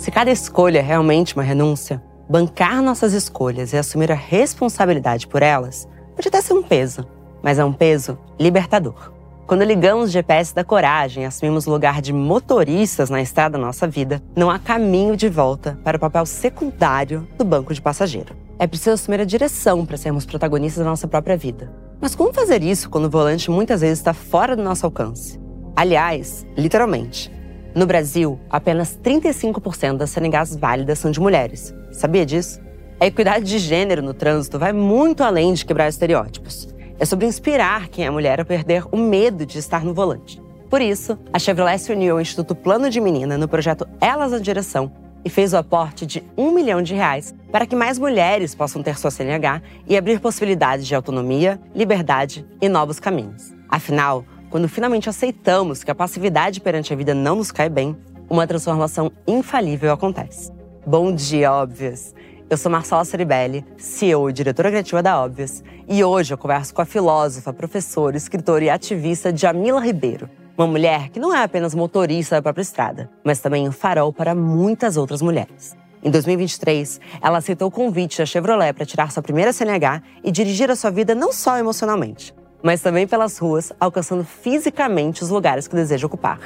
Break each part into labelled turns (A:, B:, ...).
A: Se cada escolha é realmente uma renúncia, bancar nossas escolhas e assumir a responsabilidade por elas pode até ser um peso, mas é um peso libertador. Quando ligamos o GPS da coragem e assumimos o lugar de motoristas na estrada da nossa vida, não há caminho de volta para o papel secundário do banco de passageiro. É preciso assumir a direção para sermos protagonistas da nossa própria vida. Mas como fazer isso quando o volante muitas vezes está fora do nosso alcance? Aliás, literalmente. No Brasil, apenas 35% das CNHs válidas são de mulheres. Sabia disso? A equidade de gênero no trânsito vai muito além de quebrar estereótipos. É sobre inspirar quem é mulher a perder o medo de estar no volante. Por isso, a Chevrolet se uniu ao Instituto Plano de Menina no projeto Elas na Direção e fez o aporte de R$ 1 milhão para que mais mulheres possam ter sua CNH e abrir possibilidades de autonomia, liberdade e novos caminhos. Afinal, quando finalmente aceitamos que a passividade perante a vida não nos cai bem, uma transformação infalível acontece. Bom dia, Óbvias! Eu sou Marcela Ceribelli, CEO e diretora criativa da Óbvias, e hoje eu converso com a filósofa, professora, escritora e ativista Djamila Ribeiro. Uma mulher que não é apenas motorista da própria estrada, mas também um farol para muitas outras mulheres. Em 2023, ela aceitou o convite da Chevrolet para tirar sua primeira CNH e dirigir a sua vida não só emocionalmente, mas também pelas ruas, alcançando fisicamente os lugares que deseja ocupar.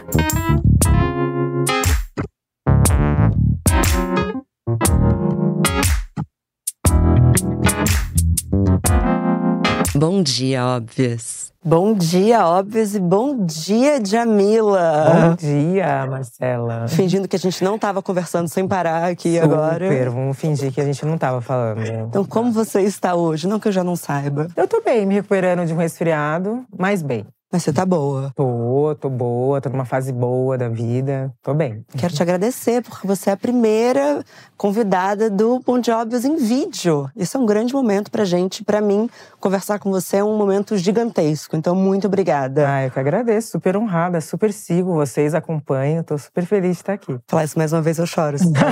A: Bom dia, Óbvias. Bom dia, Óbvias, e bom dia, Djamila.
B: Bom dia, Marcela.
A: Fingindo que a gente não estava conversando sem parar aqui agora.
B: Super, vamos fingir que a gente não estava falando.
A: Então, como você está hoje? Não que eu já não saiba.
B: Eu tô bem, me recuperando de um resfriado, mas bem.
A: Mas você tá boa.
B: Tô boa, tô numa fase boa da vida, tô bem.
A: Quero te agradecer, porque você é a primeira convidada do Bom Dia Óbvias em vídeo. Isso é um grande momento pra gente, pra mim, conversar com você é um momento gigantesco. Então, muito obrigada.
B: Eu que agradeço, super honrada, super sigo vocês, acompanho, tô super feliz de estar aqui.
A: Falar isso mais uma vez, eu choro.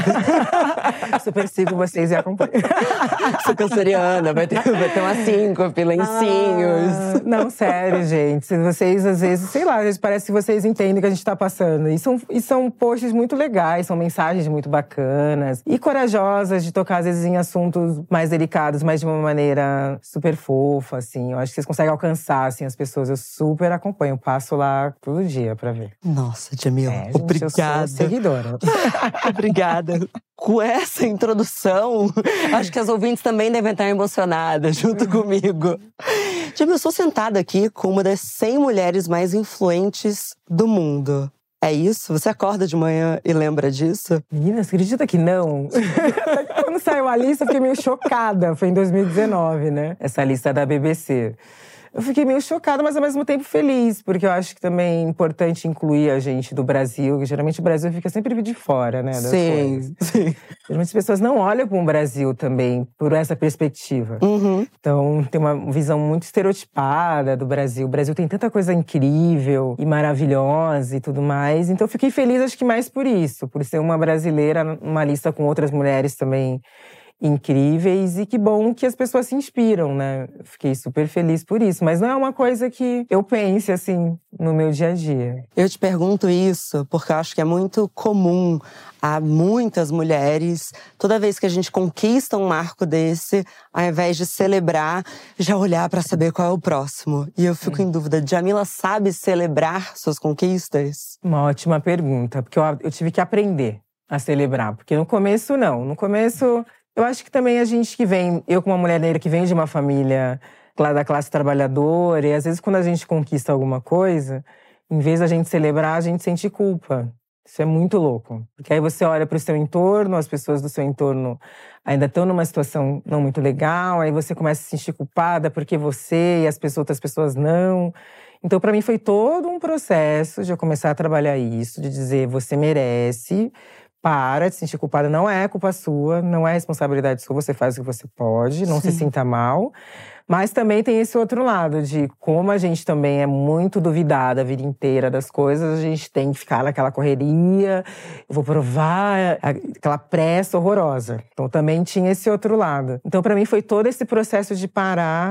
B: Super sigo vocês e acompanho.
A: Sou canceriana, vai ter uma síncope, lencinhos.
B: Não, sério, gente. Vocês, às vezes, sei lá, às vezes parece que vocês entendem o que a gente tá passando. E são posts muito legais, são mensagens muito bacanas. E corajosas de tocar, às vezes, em assuntos mais delicados, mas de uma maneira super fofa, assim. Eu acho que vocês conseguem alcançar, assim, as pessoas. Eu super acompanho, passo lá todo dia pra ver.
A: Nossa, Djamila,
B: gente,
A: obrigada.
B: Eu sou seguidora.
A: Obrigada. Com essa introdução, acho que as ouvintes também devem estar emocionadas junto comigo. Djamila, eu sou sentada aqui com uma das 100 mulheres mais influentes do mundo. É isso? Você acorda de manhã e lembra disso?
B: Menina, você acredita que não? Quando saiu a lista, eu fiquei meio chocada. Foi em 2019, né? Essa lista da BBC. Eu fiquei meio chocada, mas ao mesmo tempo feliz, porque eu acho que também é importante incluir a gente do Brasil, que geralmente o Brasil fica sempre de fora, né? Das coisas.
A: Sim.
B: Geralmente as pessoas não olham para o Brasil também, por essa perspectiva.
A: Uhum.
B: Então, tem uma visão muito estereotipada do Brasil. O Brasil tem tanta coisa incrível e maravilhosa e tudo mais. Então, eu fiquei feliz, acho que mais por isso, por ser uma brasileira numa lista com outras mulheres também incríveis, e que bom que as pessoas se inspiram, né? Fiquei super feliz por isso, mas não é uma coisa que eu pense, assim, no meu dia a dia.
A: Eu te pergunto isso porque eu acho que é muito comum a muitas mulheres, toda vez que a gente conquista um marco desse, ao invés de celebrar, já olhar pra saber qual é o próximo. E eu fico em dúvida, Djamila sabe celebrar suas conquistas?
B: Uma ótima pergunta, porque eu tive que aprender a celebrar, porque no começo não. No começo, eu acho que também a gente que vem, eu como uma mulher negra que vem de uma família da classe trabalhadora, e às vezes quando a gente conquista alguma coisa, em vez da gente celebrar, a gente sente culpa. Isso é muito louco. Porque aí você olha para o seu entorno, as pessoas do seu entorno ainda estão numa situação não muito legal, aí você começa a se sentir culpada porque você e outras pessoas não. Então, para mim, foi todo um processo de eu começar a trabalhar isso, de dizer, você merece, para de se sentir culpada, não é culpa sua, não é responsabilidade sua, você faz o que você pode, não se sinta mal. Mas também tem esse outro lado de como a gente também é muito duvidada a vida inteira das coisas, a gente tem que ficar naquela correria, eu vou provar, aquela pressa horrorosa. Então também tinha esse outro lado. Então pra mim foi todo esse processo de parar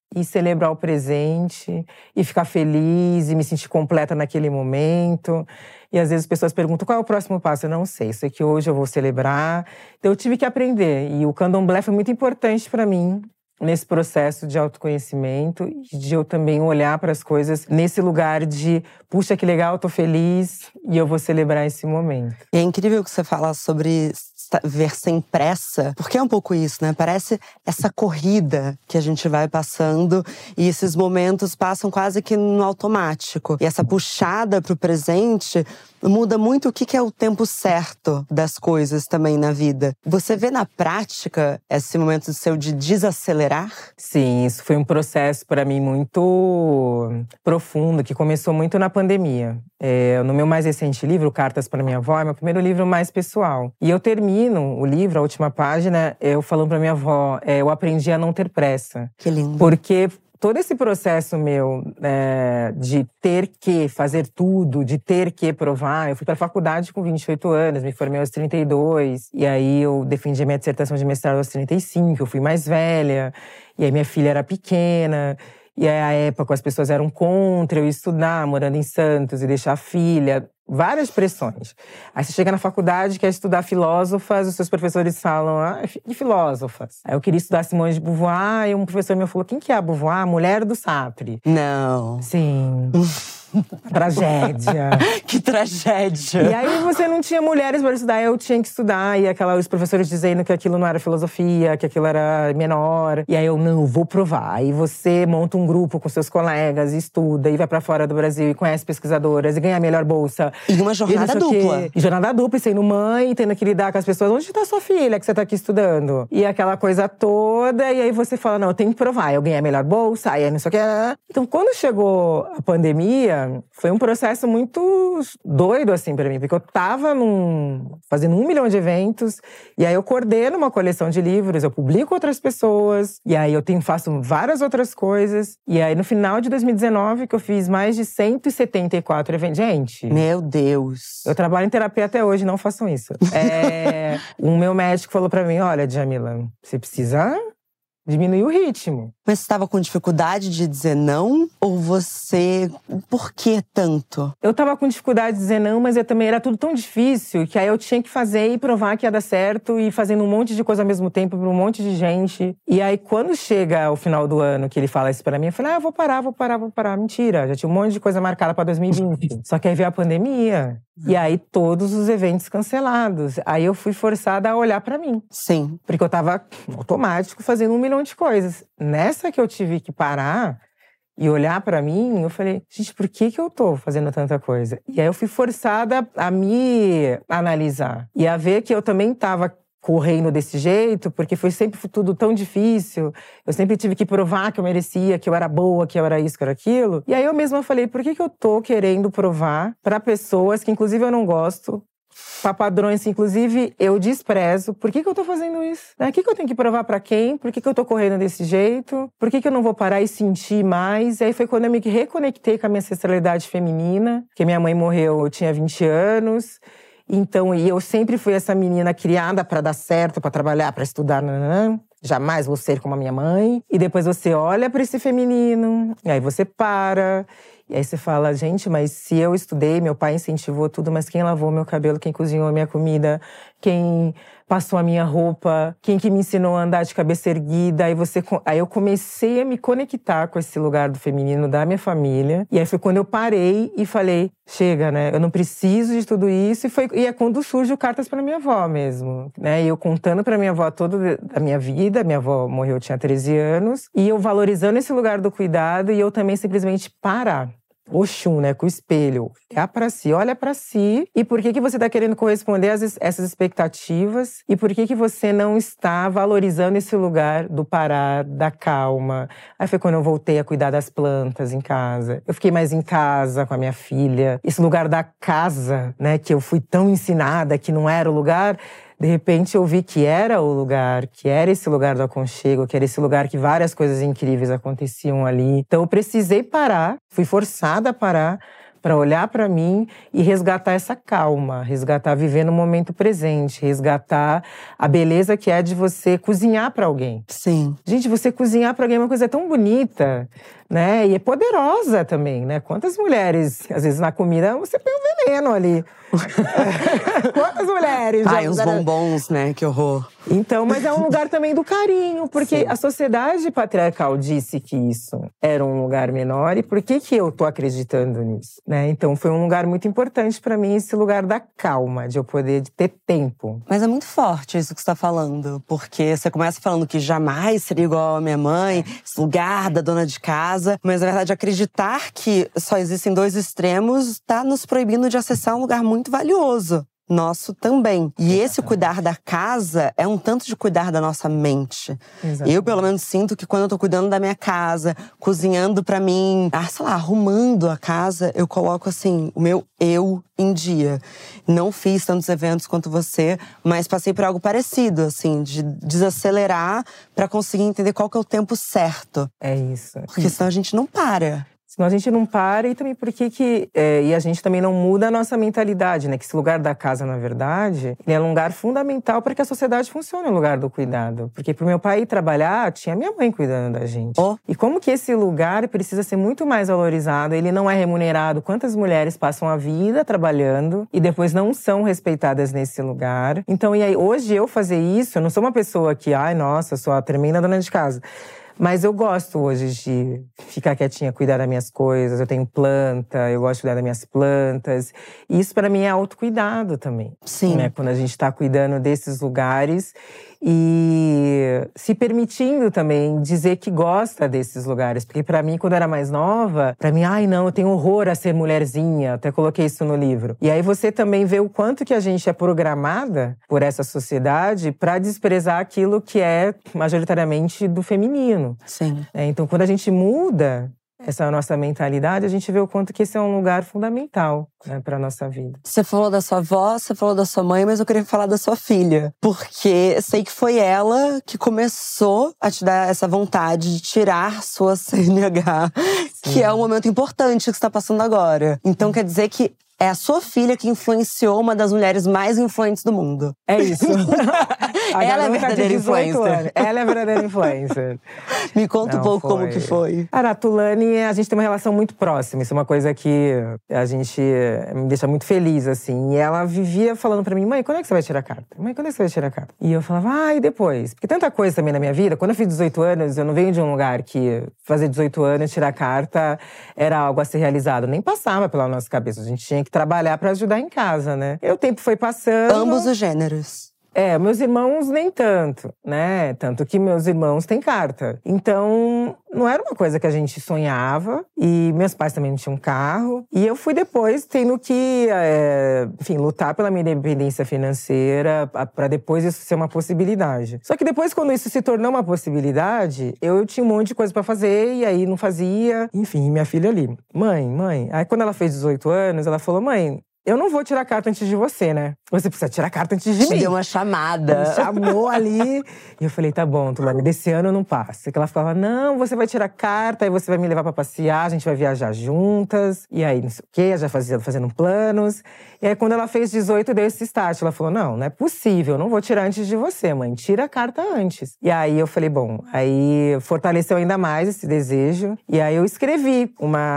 B: e celebrar o presente, e ficar feliz, e me sentir completa naquele momento. E às vezes as pessoas perguntam, qual é o próximo passo? Eu não sei, sei que hoje eu vou celebrar. Então eu tive que aprender, e o candomblé foi muito importante para mim, nesse processo de autoconhecimento e de eu também olhar para as coisas nesse lugar de puxa, que legal, eu tô feliz e eu vou celebrar esse momento.
A: E é incrível que você fala sobre ver sem pressa, porque é um pouco isso, né? Parece essa corrida que a gente vai passando e esses momentos passam quase que no automático. E essa puxada pro presente muda muito o que é o tempo certo das coisas também na vida. Você vê na prática esse momento seu de desacelerar?
B: Sim, isso foi um processo para mim muito profundo, que começou muito na pandemia. No meu mais recente livro, Cartas para Minha Avó, é meu primeiro livro mais pessoal. E eu termino o livro, a última página, eu falando para minha avó, eu aprendi a não ter pressa.
A: Que lindo.
B: Porque todo esse processo meu de ter que fazer tudo, de ter que provar… Eu fui para a faculdade com 28 anos, me formei aos 32. E aí eu defendi a minha dissertação de mestrado aos 35, eu fui mais velha. E aí minha filha era pequena. E aí, à época, as pessoas eram contra eu estudar, morando em Santos, e deixar a filha. Várias pressões. Aí você chega na faculdade, quer estudar filósofas, os seus professores falam, e filósofas? Aí eu queria estudar Simone de Beauvoir, e um professor meu falou, quem que é a Beauvoir? A mulher do Sartre.
A: Não.
B: Sim. Tragédia.
A: Que tragédia.
B: E aí você não tinha mulheres para estudar, eu tinha que estudar. E os professores dizendo que aquilo não era filosofia, que aquilo era menor. E aí eu, não, vou provar. Aí você monta um grupo com seus colegas, estuda, e vai para fora do Brasil, e conhece pesquisadoras, e ganha a melhor bolsa.
A: E uma jornada dupla.
B: E jornada dupla, e sendo mãe, tendo que lidar com as pessoas. Onde está sua filha que você está aqui estudando? E aquela coisa toda, e aí você fala, não, eu tenho que provar. Eu ganhei a melhor bolsa, aí não sei o que. Então, quando chegou a pandemia, foi um processo muito doido, assim, pra mim. Porque eu tava fazendo 1 milhão de eventos. E aí eu coordeno uma coleção de livros. Eu publico outras pessoas. E aí eu faço várias outras coisas. E aí no final de 2019, que eu fiz mais de 174 eventos. Gente…
A: Meu Deus!
B: Eu trabalho em terapia até hoje, não façam isso. O meu médico falou pra mim, olha, Djamila, você precisa diminuir o ritmo.
A: Mas você estava com dificuldade de dizer não? Ou você… Por que tanto?
B: Eu tava com dificuldade de dizer não, mas eu também era tudo tão difícil que aí eu tinha que fazer e provar que ia dar certo e fazendo um monte de coisa ao mesmo tempo para um monte de gente. E aí quando chega o final do ano que ele fala isso pra mim, eu falei, vou parar. Mentira, já tinha um monte de coisa marcada pra 2020. Só que aí veio a pandemia. E aí todos os eventos cancelados. Aí eu fui forçada a olhar pra mim.
A: Sim.
B: Porque eu tava automático fazendo 1 milhão de coisas. Nessa que eu tive que parar e olhar pra mim, eu falei, gente, por que eu tô fazendo tanta coisa? E aí eu fui forçada a me analisar. E a ver que eu também tava correndo desse jeito, porque foi sempre tudo tão difícil. Eu sempre tive que provar que eu merecia, que eu era boa, que eu era isso, que eu era aquilo. E aí eu mesma falei, por que eu tô querendo provar pra pessoas que inclusive eu não gosto, pra padrões que inclusive eu desprezo? Por que eu tô fazendo isso? O que eu tenho que provar pra quem? Por que eu tô correndo desse jeito? Por que eu não vou parar e sentir mais? E aí foi quando eu me reconectei com a minha ancestralidade feminina, porque minha mãe morreu, eu tinha 20 anos. Então, e eu sempre fui essa menina criada pra dar certo, pra trabalhar, pra estudar, jamais vou ser como a minha mãe. E depois você olha pra esse feminino, e aí você para. E aí você fala, gente, mas se eu estudei, meu pai incentivou tudo, mas quem lavou meu cabelo, quem cozinhou a minha comida, quem passou a minha roupa, quem que me ensinou a andar de cabeça erguida. Aí eu comecei a me conectar com esse lugar do feminino da minha família. E aí foi quando eu parei e falei, chega, né? Eu não preciso de tudo isso. E é quando surge o Cartas para Minha Avó mesmo, né? E eu contando para minha avó toda a minha vida. Minha avó morreu, eu tinha 13 anos. E eu valorizando esse lugar do cuidado e eu também simplesmente parar. Oxum, né? Com o espelho. É pra si, olha pra si. E por que você tá querendo corresponder a essas expectativas? E por que você não está valorizando esse lugar do parar, da calma? Aí foi quando eu voltei a cuidar das plantas em casa. Eu fiquei mais em casa com a minha filha. Esse lugar da casa, né? Que eu fui tão ensinada que não era o lugar… De repente eu vi que era o lugar, que era esse lugar do aconchego, que era esse lugar que várias coisas incríveis aconteciam ali. Então eu precisei parar, fui forçada a parar para olhar para mim e resgatar essa calma, resgatar viver no momento presente, resgatar a beleza que é de você cozinhar para alguém.
A: Sim.
B: Gente, você cozinhar para alguém é uma coisa tão bonita, né? E é poderosa também, né? Quantas mulheres, às vezes na comida, você põe um veneno ali. Quantas mulheres?
A: Ai, uns bombons, né? Que horror.
B: Então, mas é um lugar também do carinho, porque
A: Sim.
B: a sociedade patriarcal disse que isso era um lugar menor, e por que eu tô acreditando nisso, né? Então, foi um lugar muito importante para mim, esse lugar da calma, de eu poder ter tempo.
A: Mas é muito forte isso que você tá falando, porque você começa falando que jamais seria igual a minha mãe, esse lugar da dona de casa, mas na verdade acreditar que só existem dois extremos tá nos proibindo de acessar um lugar muito valioso. Nosso também. E esse cuidar da casa é um tanto de cuidar da nossa mente.
B: Exatamente.
A: Eu, pelo menos, sinto que quando eu tô cuidando da minha casa, cozinhando pra mim, sei lá, arrumando a casa, eu coloco, assim, o meu eu em dia. Não fiz tantos eventos quanto você, mas passei por algo parecido, assim, de desacelerar pra conseguir entender qual que é o tempo certo.
B: É isso.
A: Porque senão a gente não para.
B: Senão a gente não para, e também e a gente também não muda a nossa mentalidade, né? Que esse lugar da casa, na verdade, ele é um lugar fundamental para que a sociedade funcione, o lugar do cuidado. Porque pro meu pai ir trabalhar, tinha minha mãe cuidando da gente. E como que esse lugar precisa ser muito mais valorizado, ele não é remunerado. Quantas mulheres passam a vida trabalhando e depois não são respeitadas nesse lugar. Então, e aí, hoje eu fazer isso, eu não sou uma pessoa que, ai, nossa, eu sou a tremenda dona de casa. Mas eu gosto hoje de ficar quietinha, cuidar das minhas coisas. Eu tenho planta, eu gosto de cuidar das minhas plantas. E isso para mim é autocuidado também.
A: Sim.
B: Né? Quando a gente tá cuidando desses lugares e se permitindo também dizer que gosta desses lugares. Porque para mim, quando eu era mais nova, para mim, ai não, eu tenho horror a ser mulherzinha. Até coloquei isso no livro. E aí você também vê o quanto que a gente é programada por essa sociedade para desprezar aquilo que é majoritariamente do feminino.
A: Sim.
B: Então, quando a gente muda essa nossa mentalidade, a gente vê o quanto que esse é um lugar fundamental, né, para nossa vida.
A: Você falou da sua avó, você falou da sua mãe, mas eu queria falar da sua filha. Porque sei que foi ela que começou a te dar essa vontade de tirar sua CNH, que é um momento importante que você está passando agora. Então quer dizer que é a sua filha que influenciou uma das mulheres mais influentes do mundo.
B: É isso.
A: Ela é a verdadeira influencer.
B: Ela é a verdadeira influencer.
A: Me conta um pouco como que foi.
B: Cara, a Tulane, a gente tem uma relação muito próxima. Isso é uma coisa que a gente me deixa muito feliz, assim. E ela vivia falando pra mim, mãe, quando é que você vai tirar a carta? Mãe, quando é que você vai tirar a carta? E eu falava, e depois? Porque tanta coisa também na minha vida. Quando eu fiz 18 anos, eu não venho de um lugar que fazer 18 anos, tirar a carta, era algo a ser realizado. Nem passava pela nossa cabeça. A gente tinha que trabalhar pra ajudar em casa, né? E o tempo foi passando.
A: Ambos os gêneros.
B: Meus irmãos nem tanto, né? Tanto que meus irmãos têm carta. Então, não era uma coisa que a gente sonhava. E meus pais também não tinham carro. E eu fui depois tendo que, enfim, lutar pela minha independência financeira para depois isso ser uma possibilidade. Só que depois, quando isso se tornou uma possibilidade, eu tinha um monte de coisa para fazer e aí não fazia. Enfim, minha filha ali, mãe. Aí quando ela fez 18 anos, ela falou, mãe, eu não vou tirar carta antes de você, né? Você precisa tirar carta antes de mim.
A: Deu uma chamada.
B: Me chamou ali. E eu falei, tá bom, Tulane, desse ano não passa. E ela falava, não, você vai tirar carta, aí você vai me levar pra passear, a gente vai viajar juntas. E aí, não sei o quê, já fazendo planos. E aí, quando ela fez 18, deu esse start. Ela falou, não é possível, eu não vou tirar antes de você, mãe. Tira a carta antes. E aí, eu falei, bom, aí fortaleceu ainda mais esse desejo. E aí, eu escrevi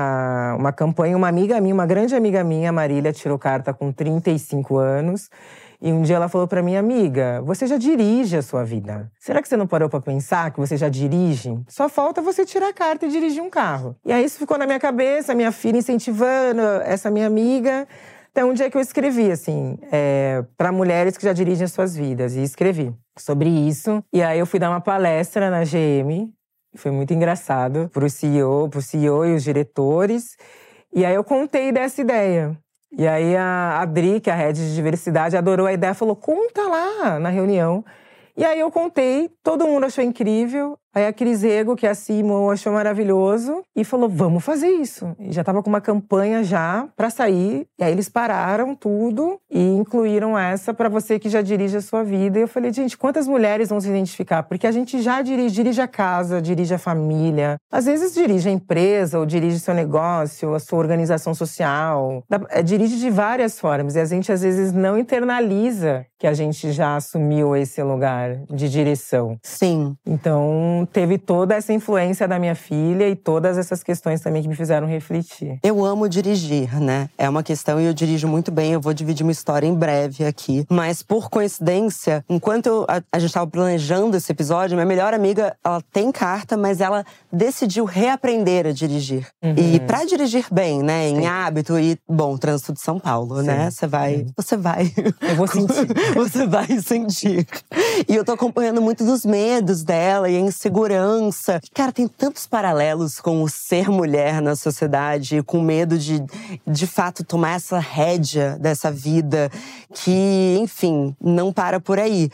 B: uma campanha, uma amiga minha, uma grande amiga minha, a Marília, tirou carta com 35 anos. E um dia ela falou pra mim, amiga, você já dirige a sua vida. Será que você não parou pra pensar que você já dirige? Só falta você tirar a carta e dirigir um carro. E aí isso ficou na minha cabeça, minha filha incentivando essa minha amiga. Até um dia que eu escrevi, assim, pra mulheres que já dirigem as suas vidas. E escrevi sobre isso. E aí eu fui dar uma palestra na GM. Foi muito engraçado. Pro CEO e os diretores. E aí eu contei dessa ideia. E aí a Adri, que é a head de diversidade, adorou a ideia, falou, conta lá na reunião. E aí eu contei, todo mundo achou incrível. Aí a Cris Rego, que é a CMO, achou maravilhoso e falou, vamos fazer isso. E já tava com uma campanha já pra sair. E aí eles pararam tudo e incluíram essa pra você que já dirige a sua vida. E eu falei, gente, quantas mulheres vão se identificar? Porque a gente já dirige a casa, dirige a família. Às vezes dirige a empresa, ou dirige seu negócio, a sua organização social. Dirige de várias formas. E a gente, às vezes, não internaliza que a gente já assumiu esse lugar de direção.
A: Sim.
B: Então, teve toda essa influência da minha filha e todas essas questões também que me fizeram refletir.
A: Eu amo dirigir, né? É uma questão e eu dirijo muito bem. Eu vou dividir uma história em breve aqui. Mas, por coincidência, enquanto a gente estava planejando esse episódio, minha melhor amiga, ela tem carta, mas ela decidiu reaprender a dirigir. E pra dirigir bem, né? Em hábito e, bom, trânsito de São Paulo, né? Você vai.
B: Eu vou sentir.
A: Você vai sentir. E eu tô acompanhando muito dos medos dela e a insegurança. Cara, tem tantos paralelos com o ser mulher na sociedade, com medo de fato, tomar essa rédea dessa vida que, enfim, não para por aí.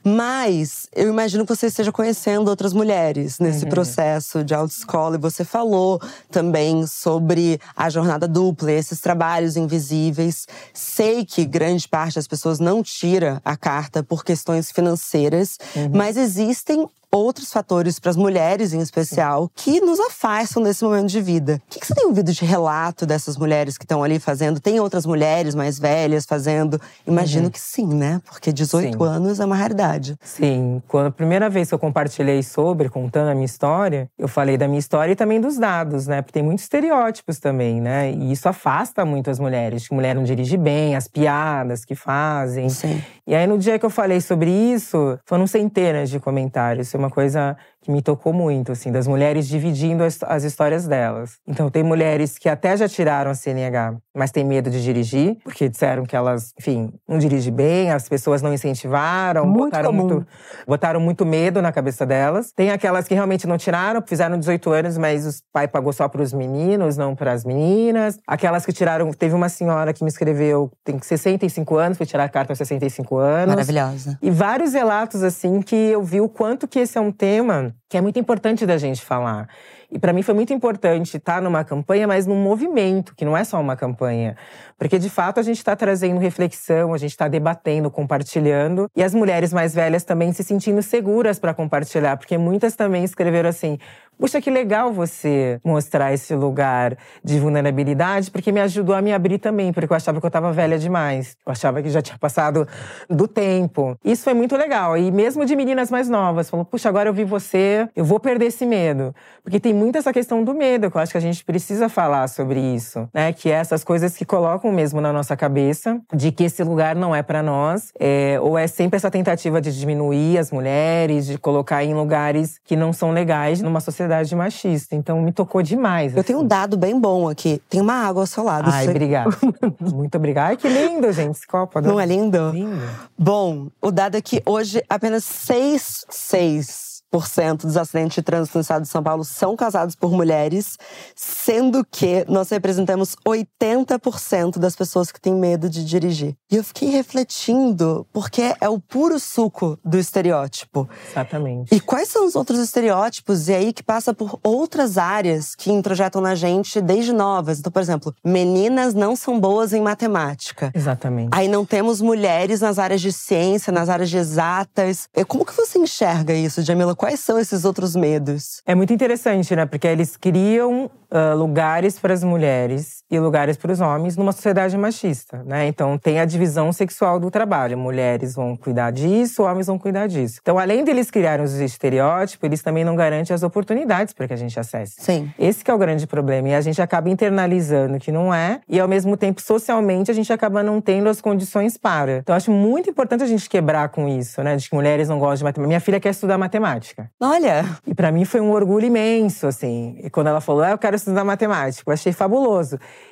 A: Mas eu imagino que você esteja conhecendo outras mulheres nesse processo de autoescola. E você falou também sobre a jornada dupla, esses trabalhos invisíveis. Sei que grande parte das pessoas não tira a carta por questões financeiras, mas existem outros fatores para as mulheres, em especial, que nos afastam desse momento de vida. O que você tem ouvido de relato dessas mulheres que estão ali fazendo? Tem outras mulheres mais velhas fazendo? Imagino que sim, né? Porque 18 anos é uma raridade.
B: Sim. Quando a primeira vez que eu compartilhei contando a minha história, eu falei da minha história e também dos dados, né? Porque tem muitos estereótipos também, né? E isso afasta muito as mulheres. Que mulher não dirige bem, as piadas que fazem.
A: Sim.
B: E aí, no dia que eu falei sobre isso, foram centenas de comentários. Uma coisa que me tocou muito, assim, das mulheres dividindo as histórias delas. Então, tem mulheres que até já tiraram a CNH, mas têm medo de dirigir, porque disseram que elas, enfim, não dirigem bem, as pessoas não incentivaram, botaram muito medo na cabeça delas. Tem aquelas que realmente não tiraram, fizeram 18 anos, mas o pai pagou só para os meninos, não para as meninas. Aquelas que tiraram, teve uma senhora que me escreveu, tem 65 anos, foi tirar a carta aos 65 anos.
A: Maravilhosa.
B: E vários relatos, assim, que eu vi o quanto que esse é um tema que é muito importante da gente falar. E para mim foi muito importante estar numa campanha, mas num movimento, que não é só uma campanha. Porque, de fato, a gente está trazendo reflexão, a gente está debatendo, compartilhando. E as mulheres mais velhas também se sentindo seguras para compartilhar. Porque muitas também escreveram assim, puxa, que legal você mostrar esse lugar de vulnerabilidade, porque me ajudou a me abrir também, porque eu achava que eu estava velha demais. Eu achava que já tinha passado do tempo. Isso foi muito legal. E mesmo de meninas mais novas, falou, puxa, agora eu vi você, eu vou perder esse medo. Porque tem muito essa questão do medo, que eu acho que a gente precisa falar sobre isso, né? Que é essas coisas que colocam mesmo na nossa cabeça, de que esse lugar não é pra nós, ou é sempre essa tentativa de diminuir as mulheres, de colocar em lugares que não são legais numa sociedade machista. Então, me tocou demais.
A: Eu tenho um dado bem bom aqui. Tem uma água ao seu lado.
B: Ai, obrigada. Muito obrigada. Ai, que lindo, gente, esse copo.
A: Não é lindo?
B: Lindo.
A: Bom, o dado é que hoje apenas 6% dos acidentes de trânsito no estado de São Paulo são causados por mulheres, sendo que nós representamos 80% das pessoas que têm medo de dirigir. E eu fiquei refletindo, porque é o puro suco do estereótipo.
B: Exatamente.
A: E quais são os outros estereótipos, e aí que passa por outras áreas que introjetam na gente desde novas. Então, por exemplo, meninas não são boas em matemática.
B: Exatamente.
A: Aí não temos mulheres nas áreas de ciência, nas áreas de exatas. Como que você enxerga isso, Jamila? Quais são esses outros medos?
B: É muito interessante, né? Porque eles criam lugares para as mulheres e lugares para os homens numa sociedade machista, né? Então, tem a divisão sexual do trabalho. Mulheres vão cuidar disso, homens vão cuidar disso. Então, além deles criarem os estereótipos, eles também não garantem as oportunidades para que a gente acesse.
A: Sim.
B: Esse que é o grande problema. E a gente acaba internalizando que não é. E, ao mesmo tempo, socialmente, a gente acaba não tendo as condições para. Então, acho muito importante a gente quebrar com isso, né? De que mulheres não gostam de matemática. Minha filha quer estudar matemática.
A: Olha!
B: E para mim foi um orgulho imenso, assim. E quando ela falou, eu quero estudar matemática, eu achei fabuloso.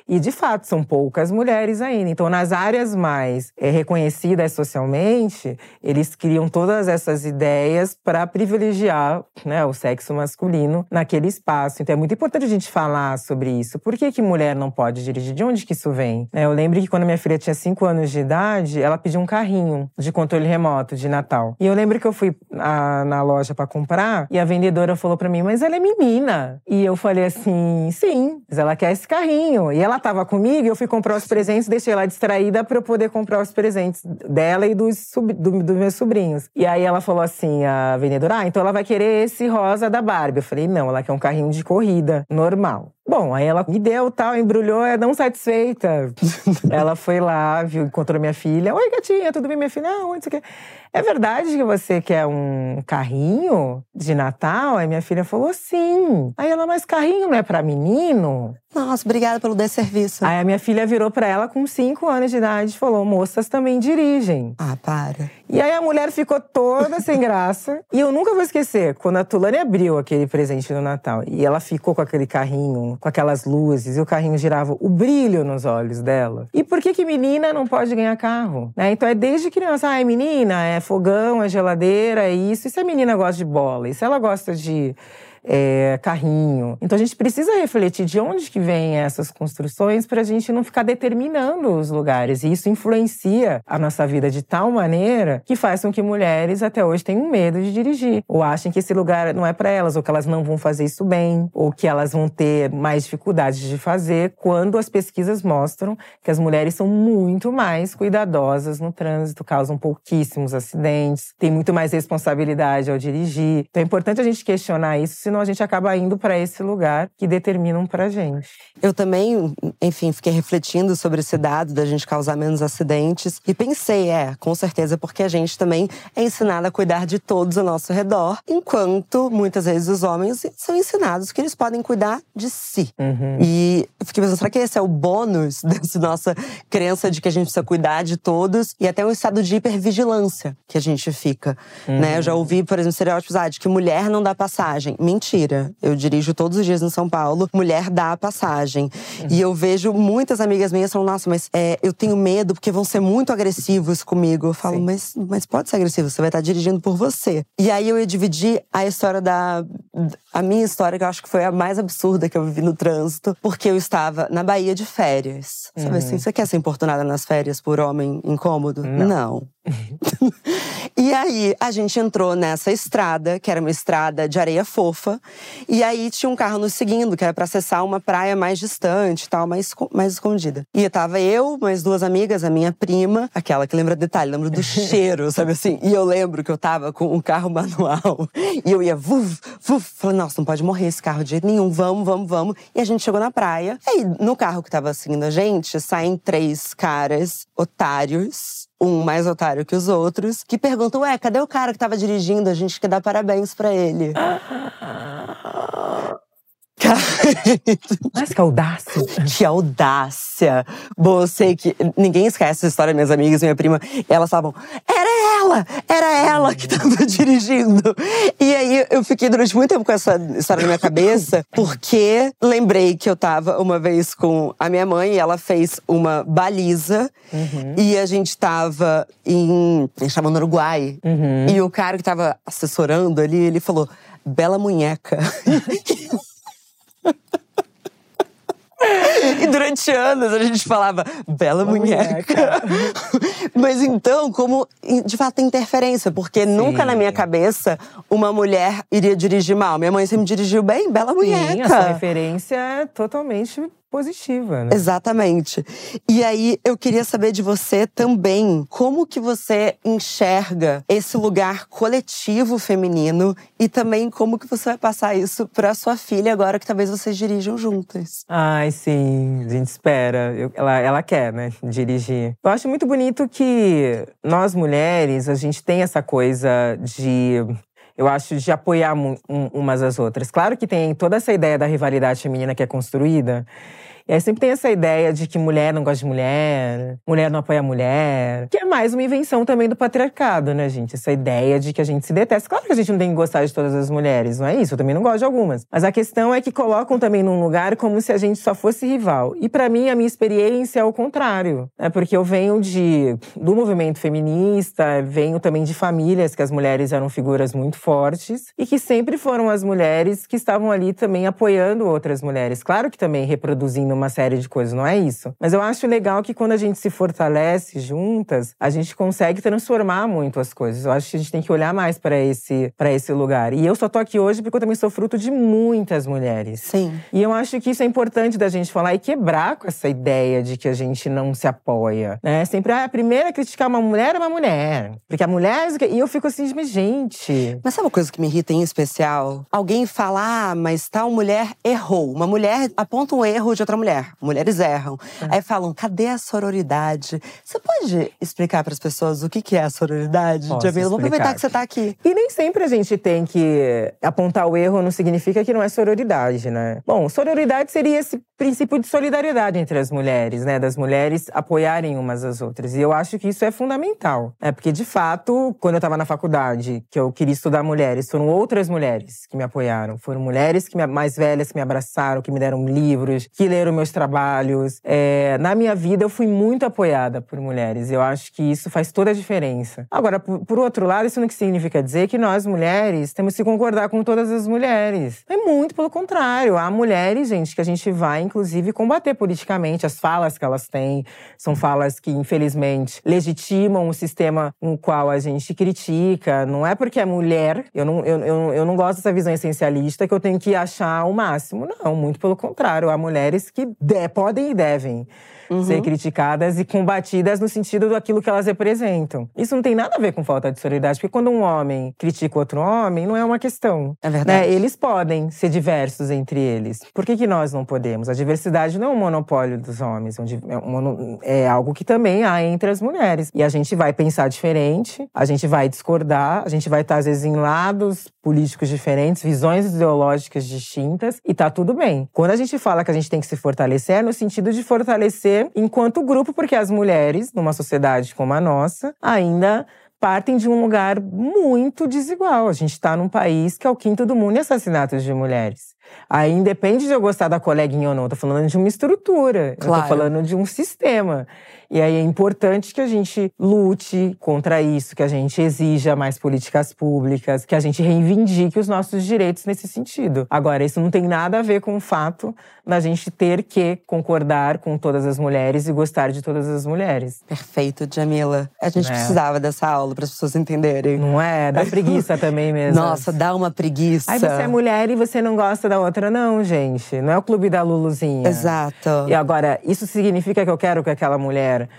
B: E, de fato, são poucas mulheres ainda. Então, nas áreas mais reconhecidas socialmente, eles criam todas essas ideias para privilegiar, né, o sexo masculino naquele espaço. Então, é muito importante a gente falar sobre isso. Por que mulher não pode dirigir? De onde que isso vem? Eu lembro que quando minha filha tinha 5 anos de idade, ela pediu um carrinho de controle remoto de Natal. E eu lembro que eu fui na loja para comprar e a vendedora falou para mim, mas ela é menina. E eu falei assim, sim, mas ela quer esse carrinho. E ela tava comigo e eu fui comprar os presentes, deixei ela distraída para eu poder comprar os presentes dela e dos meus sobrinhos. E aí ela falou assim, a vendedora, então ela vai querer esse rosa da Barbie. Eu falei, não, ela quer um carrinho de corrida, normal. Bom, aí ela me deu, tal, embrulhou, não satisfeita. Ela foi lá, viu, encontrou minha filha. Oi, gatinha, tudo bem, minha filha? Ah, onde você quer? É verdade que você quer um carrinho de Natal? Aí minha filha falou, sim. Aí ela, mas carrinho não é pra menino?
A: Nossa, obrigada pelo desserviço.
B: Aí a minha filha virou pra ela com 5 anos de idade e falou, moças também dirigem.
A: Ah, para.
B: E aí a mulher ficou toda sem graça. E eu nunca vou esquecer, quando a Tulane abriu aquele presente no Natal. E ela ficou com aquele carrinho, com aquelas luzes. E o carrinho girava, o brilho nos olhos dela. E por que menina não pode ganhar carro? Então é desde criança. Ah, é menina, é fogão, é geladeira, é isso. E se a menina gosta de bola? E se ela gosta de carrinho? Então a gente precisa refletir de onde que vêm essas construções pra gente não ficar determinando os lugares. E isso influencia a nossa vida de tal maneira que faz com que mulheres até hoje tenham medo de dirigir. Ou achem que esse lugar não é pra elas, ou que elas não vão fazer isso bem, ou que elas vão ter mais dificuldades de fazer, quando as pesquisas mostram que as mulheres são muito mais cuidadosas no trânsito, causam pouquíssimos acidentes, têm muito mais responsabilidade ao dirigir. Então é importante a gente questionar isso, senão a gente acaba indo para esse lugar que determinam pra gente.
A: Eu também, enfim, fiquei refletindo sobre esse dado da gente causar menos acidentes e pensei, com certeza, porque a gente também é ensinado a cuidar de todos ao nosso redor, enquanto muitas vezes os homens são ensinados que eles podem cuidar de si. E eu fiquei pensando, será que esse é o bônus dessa nossa crença de que a gente precisa cuidar de todos e até um estado de hipervigilância que a gente fica, né? Eu já ouvi, por exemplo, estereótipos de que mulher não dá passagem. Mentira. Eu dirijo todos os dias em São Paulo, mulher dá a passagem. E eu vejo muitas amigas minhas falando, nossa, mas eu tenho medo porque vão ser muito agressivos comigo. Eu falo, mas pode ser agressivo, você vai estar dirigindo por você. E aí eu ia dividir a história a minha história, que eu acho que foi a mais absurda que eu vivi no trânsito, porque eu estava na Bahia de férias. Sabe assim, você quer ser importunada nas férias por homem incômodo? Não. E aí, a gente entrou nessa estrada, que era uma estrada de areia fofa. E aí, tinha um carro nos seguindo, que era pra acessar uma praia mais distante e tal, mais escondida. E tava eu, mais 2 amigas, a minha prima, aquela que lembra detalhe, lembra do cheiro, sabe assim? E eu lembro que eu tava com um carro manual. E eu ia, falei, nossa, não pode morrer esse carro de jeito nenhum, vamos. E a gente chegou na praia. E aí, no carro que tava seguindo a gente, saem 3 caras otários. Um mais otário que os outros, que perguntam, cadê o cara que tava dirigindo? A gente quer dar parabéns pra ele.
B: Mas que audácia!
A: Que audácia! Bom, eu sei que ninguém esquece essa história, minhas amigas, minha prima, elas estavam, era ela que tava dirigindo. E aí eu fiquei durante muito tempo com essa história na minha cabeça, porque lembrei que eu tava uma vez com a minha mãe e ela fez uma baliza. E a gente tava no Uruguai. E o cara que tava assessorando ali, ele falou, bela munheca. E durante anos a gente falava, bela munheca. Mas então, como de fato tem interferência, porque nunca na minha cabeça uma mulher iria dirigir mal. Minha mãe sempre dirigiu bem, bela munheca.
B: Sim, essa referência é totalmente positiva, né?
A: Exatamente. E aí, eu queria saber de você também, como que você enxerga esse lugar coletivo feminino e também como que você vai passar isso pra sua filha agora que talvez vocês dirijam juntas.
B: Ai, sim. A gente espera. Ela quer, né? Dirigir. Eu acho muito bonito que nós, mulheres, a gente tem essa coisa de… Eu acho de apoiar umas às outras. Claro que tem toda essa ideia da rivalidade feminina que é construída. E aí sempre tem essa ideia de que mulher não gosta de mulher, mulher não apoia a mulher. Que é mais uma invenção também do patriarcado, né, gente? Essa ideia de que a gente se detesta. Claro que a gente não tem que gostar de todas as mulheres, não é isso? Eu também não gosto de algumas. Mas a questão é que colocam também num lugar como se a gente só fosse rival. E pra mim, a minha experiência é o contrário. Porque eu venho do movimento feminista, venho também de famílias que as mulheres eram figuras muito fortes e que sempre foram as mulheres que estavam ali também apoiando outras mulheres. Claro que também reproduzindo uma série de coisas, não é isso. Mas eu acho legal que quando a gente se fortalece juntas, a gente consegue transformar muito as coisas. Eu acho que a gente tem que olhar mais para esse lugar. E eu só tô aqui hoje porque eu também sou fruto de muitas mulheres.
A: Sim.
B: E eu acho que isso é importante da gente falar e quebrar com essa ideia de que a gente não se apoia, né? Sempre, a primeira a criticar uma mulher é uma mulher. Porque a mulher… E eu fico assim, mas gente…
A: Mas sabe uma coisa que me irrita em especial? Alguém fala, mas tal mulher errou. Uma mulher aponta um erro de outra mulher. Mulheres erram. Aí falam, cadê a sororidade? Você pode explicar para as pessoas o que é a sororidade? Jamila, vou aproveitar que você tá aqui.
B: E nem sempre a gente tem que apontar o erro, não significa que não é sororidade, né? Bom, sororidade seria esse princípio de solidariedade entre as mulheres, né? Das mulheres apoiarem umas às outras. E eu acho que isso é fundamental. Porque, de fato, quando eu estava na faculdade, que eu queria estudar mulheres, foram outras mulheres que me apoiaram. Foram mulheres mais velhas que me abraçaram, que me deram livros, que leram meus trabalhos. Na minha vida, eu fui muito apoiada por mulheres. Eu acho que isso faz toda a diferença. Agora, por outro lado, isso não significa dizer que nós, mulheres, temos que concordar com todas as mulheres. É muito pelo contrário. Há mulheres, gente, que a gente vai, inclusive, combater politicamente. As falas que elas têm são falas que, infelizmente, legitimam o sistema no qual a gente critica. Não é porque é mulher, eu não gosto dessa visão essencialista que eu tenho que achar o máximo. Não, muito pelo contrário. Há mulheres que podem e devem ser criticadas e combatidas no sentido daquilo que elas representam. Isso não tem nada a ver com falta de solidariedade, porque quando um homem critica outro homem, não é uma questão.
A: É verdade.
B: Né? Eles podem ser diversos entre eles. Por que nós não podemos? A diversidade não é um monopólio dos homens, é algo que também há entre as mulheres. E a gente vai pensar diferente, a gente vai discordar, a gente vai estar, às vezes, em lados políticos diferentes, visões ideológicas distintas, e tá tudo bem. Quando a gente fala que a gente tem que se fortalecer, é no sentido de fortalecer enquanto grupo, porque as mulheres, numa sociedade como a nossa, ainda partem de um lugar muito desigual. A gente está num país que é o quinto do mundo em assassinatos de mulheres. Aí, independe de eu gostar da coleguinha ou não, eu tô falando de uma estrutura,
A: claro.
B: Eu tô falando de um sistema. E aí é importante que a gente lute contra isso, que a gente exija mais políticas públicas, que a gente reivindique os nossos direitos nesse sentido. Agora, isso não tem nada a ver com o fato da gente ter que concordar com todas as mulheres e gostar de todas as mulheres.
A: Perfeito, Jamila. A gente precisava dessa aula para as pessoas entenderem.
B: Não é? Dá preguiça também mesmo.
A: Nossa, dá uma preguiça.
B: Aí você é mulher e você não gosta da outra. Não, gente. Não é o clube da Luluzinha.
A: Exato.
B: E agora, isso significa que eu quero que aquela mulher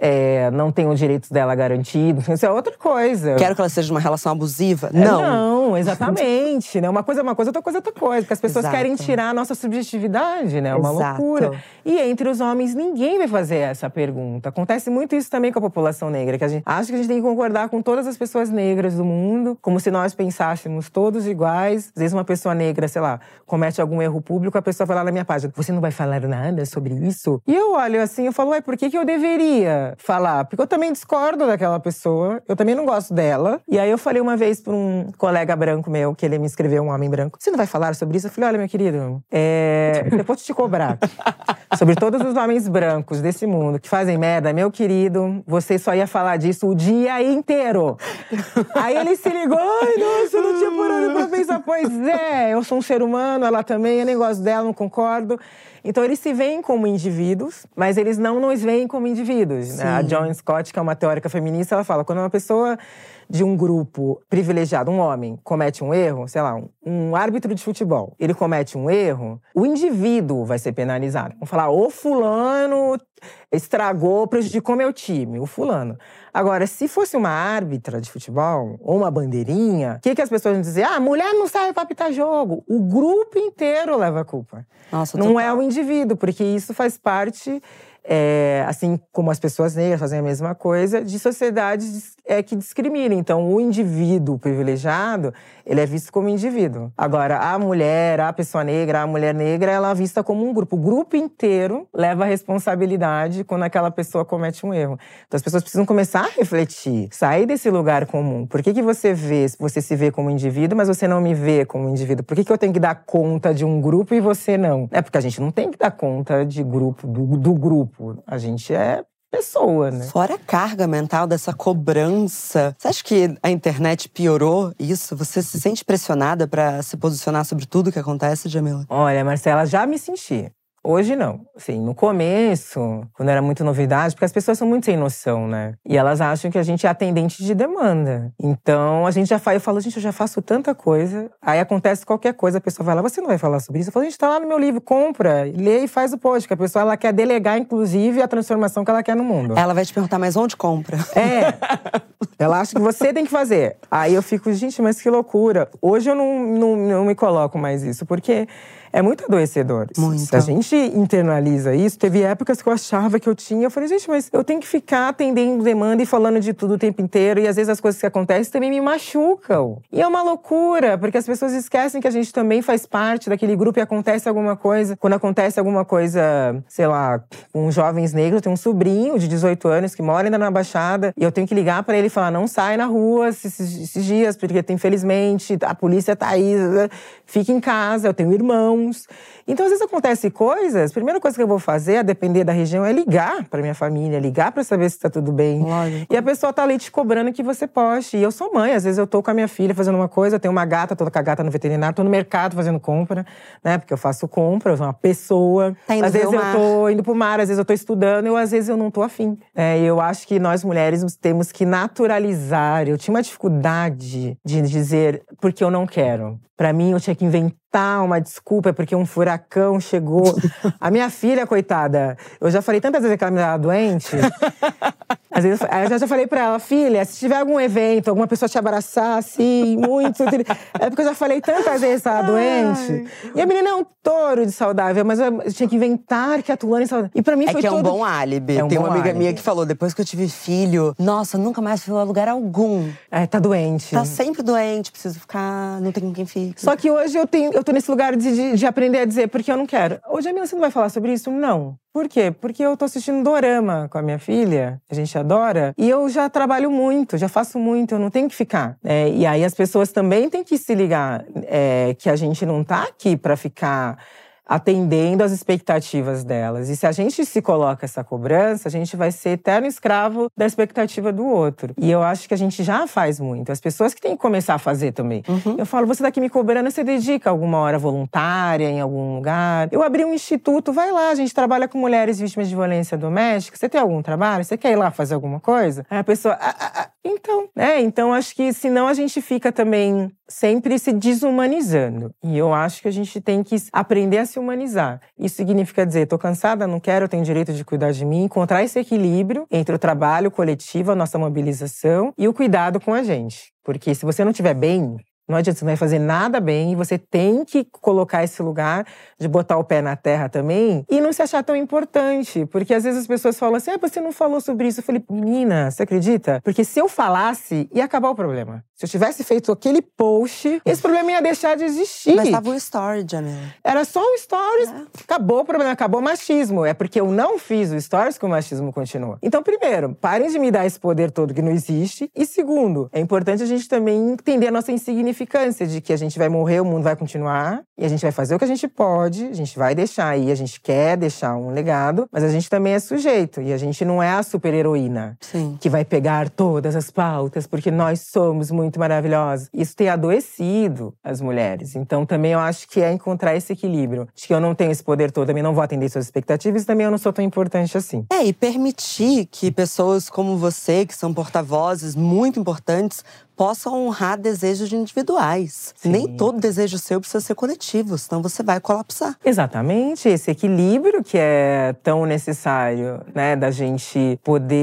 B: não tenha os direitos dela garantidos. Isso é outra coisa.
A: Quero que ela seja uma relação abusiva?
B: Não, exatamente. Né? Uma coisa é uma coisa, outra coisa é outra coisa. Porque as pessoas querem tirar a nossa subjetividade, né? É uma loucura. E entre os homens, ninguém vai fazer essa pergunta. Acontece muito isso também com a população negra. Que a gente acha que a gente tem que concordar com todas as pessoas negras do mundo. Como se nós pensássemos todos iguais. Às vezes uma pessoa negra, sei lá, comete algum erro público, a pessoa vai lá na minha página. Você não vai falar nada sobre isso? E eu olho assim, eu falo, por que eu deveria falar? Porque eu também discordo daquela pessoa. Eu também não gosto dela. E aí eu falei uma vez pra um colega branco meu, que ele me escreveu, um homem branco. Você não vai falar sobre isso? Eu falei, olha, meu querido, eu posso te cobrar sobre todos os homens brancos desse mundo que fazem merda. Meu querido, você só ia falar disso o dia inteiro. Aí ele se ligou, ai, nossa, eu não tinha parado pra pensar. Pois é, eu sou um ser humano, ela também, eu nem gosto dela, não concordo. Então, eles se veem como indivíduos, mas eles não nos veem como indivíduos. Né? A Joan Scott, que é uma teórica feminista, ela fala, quando uma pessoa de um grupo privilegiado, um homem, comete um erro, sei lá, um árbitro de futebol, ele comete um erro, o indivíduo vai ser penalizado. Vamos falar, o fulano estragou, prejudicou meu time, o fulano. Agora, se fosse uma árbitra de futebol, ou uma bandeirinha, o que as pessoas vão dizer? A mulher não serve pra apitar jogo. O grupo inteiro leva a culpa.
A: Nossa,
B: não é o indivíduo, porque isso faz parte assim como as pessoas negras fazem a mesma coisa, de sociedades que discriminam. Então, o indivíduo privilegiado, ele é visto como indivíduo. Agora, a mulher, a pessoa negra, a mulher negra, ela é vista como um grupo. O grupo inteiro leva a responsabilidade quando aquela pessoa comete um erro. Então, as pessoas precisam começar a refletir, sair desse lugar comum. Por que você se vê como indivíduo, mas você não me vê como indivíduo? Por que eu tenho que dar conta de um grupo e você não? É porque a gente não tem que dar conta de grupo, do grupo. A gente é pessoa, né?
A: Fora a carga mental dessa cobrança. Você acha que a internet piorou isso? Você se sente pressionada pra se posicionar sobre tudo que acontece, Djamila?
B: Olha, Marcela, já me senti. Hoje não. Assim, no começo, quando era muito novidade, porque as pessoas são muito sem noção, né? E elas acham que a gente é atendente de demanda. Então, a gente já faz, eu falo, gente, eu já faço tanta coisa. Aí acontece qualquer coisa, a pessoa vai lá, você não vai falar sobre isso? Eu falo, gente, tá lá no meu livro, compra, lê e faz o post. Que a pessoa, ela quer delegar, inclusive, a transformação que ela quer no mundo.
A: Ela vai te perguntar, mas onde compra?
B: Ela acha que você tem que fazer. Aí eu fico, gente, mas que loucura. Hoje eu não me coloco mais isso, porque é muito adoecedor.
A: Muito.
B: Se a gente internaliza isso, teve épocas que eu achava que eu tinha. Eu falei, gente, mas eu tenho que ficar atendendo demanda e falando de tudo o tempo inteiro. E às vezes as coisas que acontecem também me machucam. E é uma loucura, porque as pessoas esquecem que a gente também faz parte daquele grupo e acontece alguma coisa. Quando acontece alguma coisa, sei lá, com jovens negros, eu tenho um sobrinho de 18 anos que mora ainda na Baixada. E eu tenho que ligar pra ele e falar, não sai na rua esses dias, porque infelizmente a polícia tá aí. Fica em casa, eu tenho irmãos. Então, às vezes acontecem coisas, a primeira coisa que eu vou fazer, a depender da região, é ligar pra minha família, ligar pra saber se tá tudo bem.
A: Lógico.
B: E a pessoa tá ali te cobrando que você poste. E eu sou mãe, às vezes eu tô com a minha filha fazendo uma coisa, eu tenho uma gata, tô com a gata no veterinário, tô no mercado fazendo compra, né? Porque eu faço compra, eu sou uma pessoa.
A: Tá indo
B: às vezes
A: ver o
B: eu
A: mar.
B: tô indo pro mar, às vezes eu tô estudando, às vezes eu não tô afim. E eu acho que nós mulheres temos que naturalizar. Eu tinha uma dificuldade de dizer porque eu não quero. Pra mim, eu tinha que inventar uma desculpa porque um furacão chegou. A minha filha, coitada, eu já falei tantas vezes que ela me dava doente. Às vezes, eu já falei pra ela, filha, se tiver algum evento, alguma pessoa te abraçar, assim, muito… É porque eu já falei tantas vezes que ela estava doente. E a menina é um touro de saudável, mas eu tinha que inventar que a Tulane é saudável. E pra mim foi
A: que é um
B: todo…
A: bom álibi.
B: É um
A: Tem
B: bom
A: uma amiga
B: álibi.
A: minha que falou, depois que eu tive filho, nossa, nunca mais fui a lugar algum.
B: Tá doente.
A: Tá sempre doente, preciso ficar, não tem com quem fique.
B: Só que hoje eu tô nesse lugar de aprender a dizer porque eu não quero. Hoje, Jamila, você não vai falar sobre isso? Não. Por quê? Porque eu tô assistindo dorama com a minha filha, a gente adora, e eu já trabalho muito, já faço muito, eu não tenho que ficar. E aí as pessoas também têm que se ligar que a gente não tá aqui pra ficar atendendo às expectativas delas. E se a gente se coloca essa cobrança, a gente vai ser eterno escravo da expectativa do outro. E eu acho que a gente já faz muito. As pessoas que têm que começar a fazer também. Eu falo, você daqui me cobrando, você dedica alguma hora voluntária em algum lugar? Eu abri um instituto, vai lá, a gente trabalha com mulheres vítimas de violência doméstica. Você tem algum trabalho? Você quer ir lá fazer alguma coisa? Aí a pessoa… Então, Então, acho que senão a gente fica também sempre se desumanizando. E eu acho que a gente tem que aprender a se humanizar. Isso significa dizer, tô cansada, não quero, eu tenho direito de cuidar de mim, encontrar esse equilíbrio entre o trabalho coletivo, a nossa mobilização e o cuidado com a gente. Porque se você não estiver bem, não adianta, você não vai fazer nada bem e você tem que colocar esse lugar de botar o pé na terra também e não se achar tão importante. Porque às vezes as pessoas falam assim, você não falou sobre isso. Eu falei, menina, você acredita? Porque se eu falasse, ia acabar o problema. Se eu tivesse feito aquele post, esse problema ia deixar de existir.
A: Mas tava o story, Djamila.
B: Era só um stories, acabou o problema, acabou o machismo. É porque eu não fiz o stories que o machismo continua. Então, primeiro, parem de me dar esse poder todo que não existe. E segundo, é importante a gente também entender a nossa insignificância de que a gente vai morrer, o mundo vai continuar e a gente vai fazer o que a gente pode, a gente vai deixar aí, a gente quer deixar um legado, mas a gente também é sujeito e a gente não é a super-heroína que vai pegar todas as pautas porque nós somos muito maravilhosos. Isso tem adoecido as mulheres. Então também eu acho que é encontrar esse equilíbrio de que eu não tenho esse poder todo, também não vou atender suas expectativas e também eu não sou tão importante assim.
A: E permitir que pessoas como você, que são porta-vozes muito importantes, possa honrar desejos individuais.
B: Sim.
A: Nem todo desejo seu precisa ser coletivo, senão você vai colapsar.
B: Exatamente, esse equilíbrio que é tão necessário, né, da gente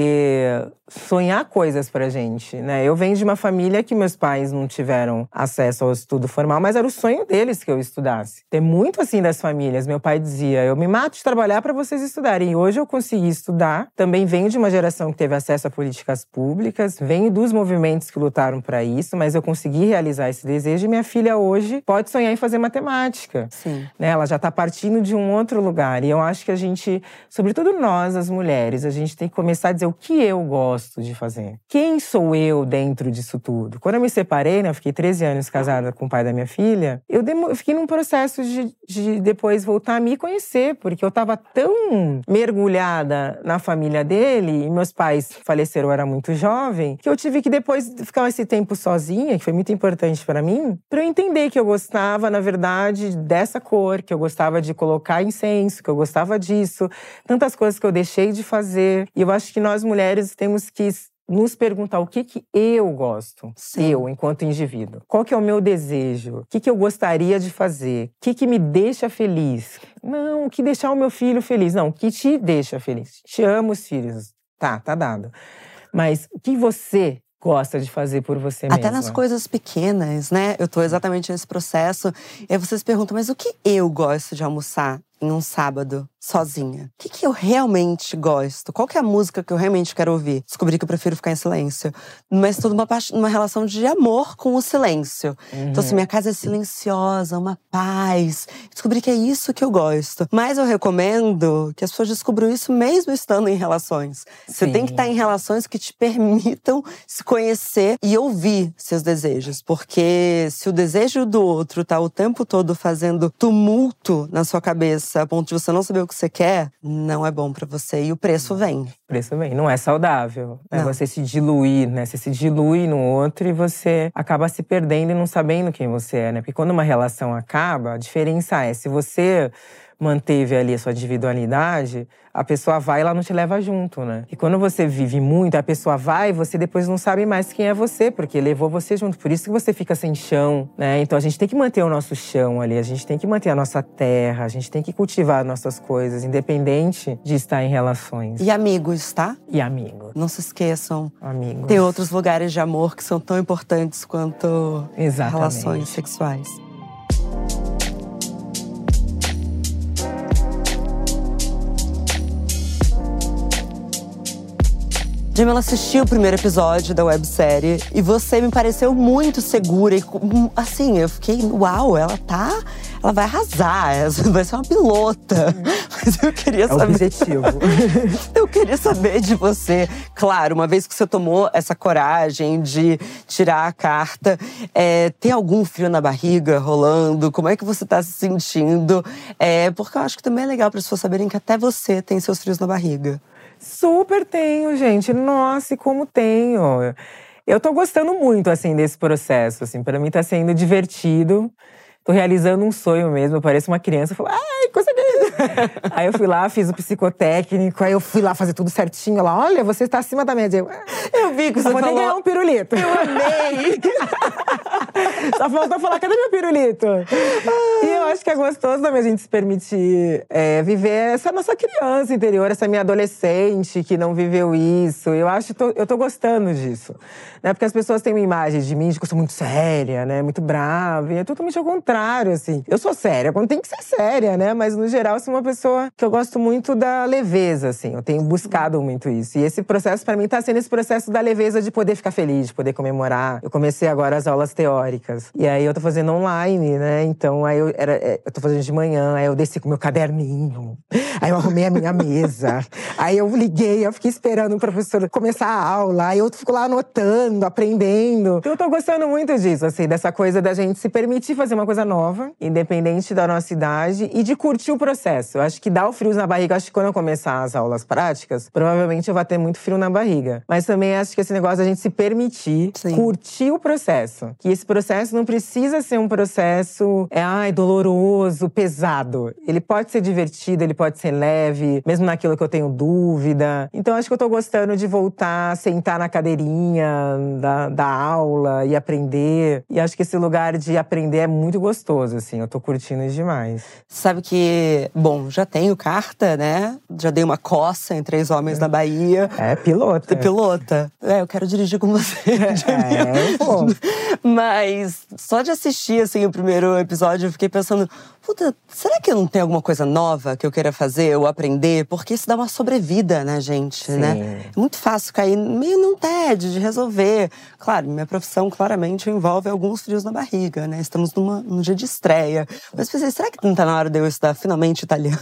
B: poder sonhar coisas pra gente, né? Eu venho de uma família que meus pais não tiveram acesso ao estudo formal, mas era o sonho deles que eu estudasse. Tem muito assim das famílias. Meu pai dizia, eu me mato de trabalhar para vocês estudarem. E hoje eu consegui estudar. Também venho de uma geração que teve acesso a políticas públicas, venho dos movimentos que lutaram para isso, mas eu consegui realizar esse desejo. E minha filha hoje pode sonhar em fazer matemática.
A: Sim.
B: Né? Ela já tá partindo de um outro lugar. E eu acho que a gente, sobretudo nós, as mulheres, a gente tem que começar a dizer o que eu gosto de fazer. Quem sou eu dentro disso tudo? Quando eu me separei, né, eu fiquei 13 anos casada com o pai da minha filha, eu fiquei num processo de depois voltar a me conhecer, porque eu estava tão mergulhada na família dele, e meus pais faleceram, eu era muito jovem, que eu tive que depois ficar esse tempo sozinha, que foi muito importante para mim, para eu entender que eu gostava, na verdade, dessa cor, que eu gostava de colocar incenso, que eu gostava disso, tantas coisas que eu deixei de fazer. E eu acho que nós mulheres temos que nos perguntar o que eu gosto,
A: Sim.
B: eu, enquanto indivíduo. Qual que é o meu desejo? O que eu gostaria de fazer? O que me deixa feliz? Não, o que deixar o meu filho feliz. Não, o que te deixa feliz. Te amo os filhos. Tá dado. Mas o que você gosta de fazer por você mesma?
A: Até nas coisas pequenas, né? Eu tô exatamente nesse processo. E aí vocês perguntam, mas o que eu gosto de almoçar em um sábado, sozinha? O que eu realmente gosto? Qual que é a música que eu realmente quero ouvir? Descobri que eu prefiro ficar em silêncio. Mas tudo uma relação de amor com o silêncio. Então, assim, minha casa é silenciosa, uma paz. Descobri que é isso que eu gosto. Mas eu recomendo que as pessoas descubram isso mesmo estando em relações. Você tem que estar em relações que te permitam se conhecer e ouvir seus desejos. Porque se o desejo do outro tá o tempo todo fazendo tumulto na sua cabeça, a ponto de você não saber o que você quer, não é bom pra você. E o preço vem.
B: O preço vem. Não é saudável.
A: Não.
B: Você se diluir, né? Você se dilui no outro e você acaba se perdendo e não sabendo quem você é, né? Porque quando uma relação acaba, a diferença é, se você manteve ali a sua individualidade, a pessoa vai e ela não te leva junto, né? E quando você vive muito, a pessoa vai e você depois não sabe mais quem é você, porque levou você junto. Por isso que você fica sem chão, né? Então a gente tem que manter o nosso chão ali, a gente tem que manter a nossa terra, a gente tem que cultivar nossas coisas, independente de estar em relações.
A: E amigos, tá?
B: E amigos.
A: Não se esqueçam.
B: Amigos.
A: Tem outros lugares de amor que são tão importantes quanto
B: Exatamente.
A: relações sexuais. Jamila assistiu o primeiro episódio da websérie e você me pareceu muito segura e assim, eu fiquei, uau, ela vai arrasar, vai ser uma pilota. Mas eu queria saber…
B: É o objetivo.
A: Eu queria saber de você, claro, uma vez que você tomou essa coragem de tirar a carta, tem algum frio na barriga rolando? Como é que você tá se sentindo? Porque eu acho que também é legal para as pessoas saberem que até você tem seus frios na barriga.
B: Super tenho, gente. Nossa, e como tenho. Eu tô gostando muito, assim, desse processo, assim. Pra mim tá sendo divertido. Tô realizando um sonho mesmo. Eu pareço uma criança. Eu falo, ai, coisa que… Aí eu fui lá, fiz o psicotécnico. Aí eu fui lá fazer tudo certinho. Ela, olha, você está acima da média.
A: Eu vi que você falou…
B: Só ganhar um pirulito.
A: Eu amei!
B: Só faltou falar, cadê meu pirulito? E eu acho que é gostoso também a gente se permitir viver essa nossa criança interior, essa minha adolescente que não viveu isso. Eu tô gostando disso. Né? Porque as pessoas têm uma imagem de mim de que eu sou muito séria, né? Muito brava. E é totalmente ao contrário, assim. Eu sou séria quando tem que ser séria, né? Mas, no geral, eu sou uma pessoa que eu gosto muito da leveza, assim. Eu tenho buscado muito isso. E esse processo, pra mim, tá sendo esse processo da leveza de poder ficar feliz, de poder comemorar. Eu comecei agora as aulas teóricas. E aí eu tô fazendo online, né? Então, aí eu tô fazendo de manhã, aí eu desci com meu caderninho. Aí eu arrumei a minha mesa. Aí eu liguei, eu fiquei esperando o professor começar a aula. Aí eu fico lá anotando, aprendendo. Então eu tô gostando muito disso, assim, dessa coisa da gente se permitir fazer uma coisa nova, independente da nossa idade, e de curtir o processo. Eu acho que dá o frio na barriga. Eu acho que quando eu começar as aulas práticas, provavelmente eu vou ter muito frio na barriga. Mas também acho que esse negócio da gente se permitir curtir o processo. Que esse processo não precisa ser um processo doloroso, pesado. Ele pode ser divertido, ele pode ser leve, mesmo naquilo que eu tenho dúvida. Então acho que eu tô gostando de voltar, sentar na cadeirinha da aula e aprender. E acho que esse lugar de aprender é muito gostoso, assim. Eu tô curtindo demais.
A: Sabe que, bom, já tenho carta, né? Já dei uma coça em 3 homens na Bahia.
B: Pilota.
A: Pilota. Eu quero dirigir com você.
B: Pô.
A: Mas só de assistir, assim, o primeiro episódio, eu fiquei pensando… Puta, será que não tem alguma coisa nova que eu queira fazer ou aprender? Porque isso dá uma sobrevida, né, gente?
B: Sim.
A: Né? É muito fácil cair meio num tédio de resolver. Claro, minha profissão claramente envolve alguns frios na barriga, né? Estamos num dia de estreia. Mas pensei, será que não tá na hora de eu estudar finalmente italiano?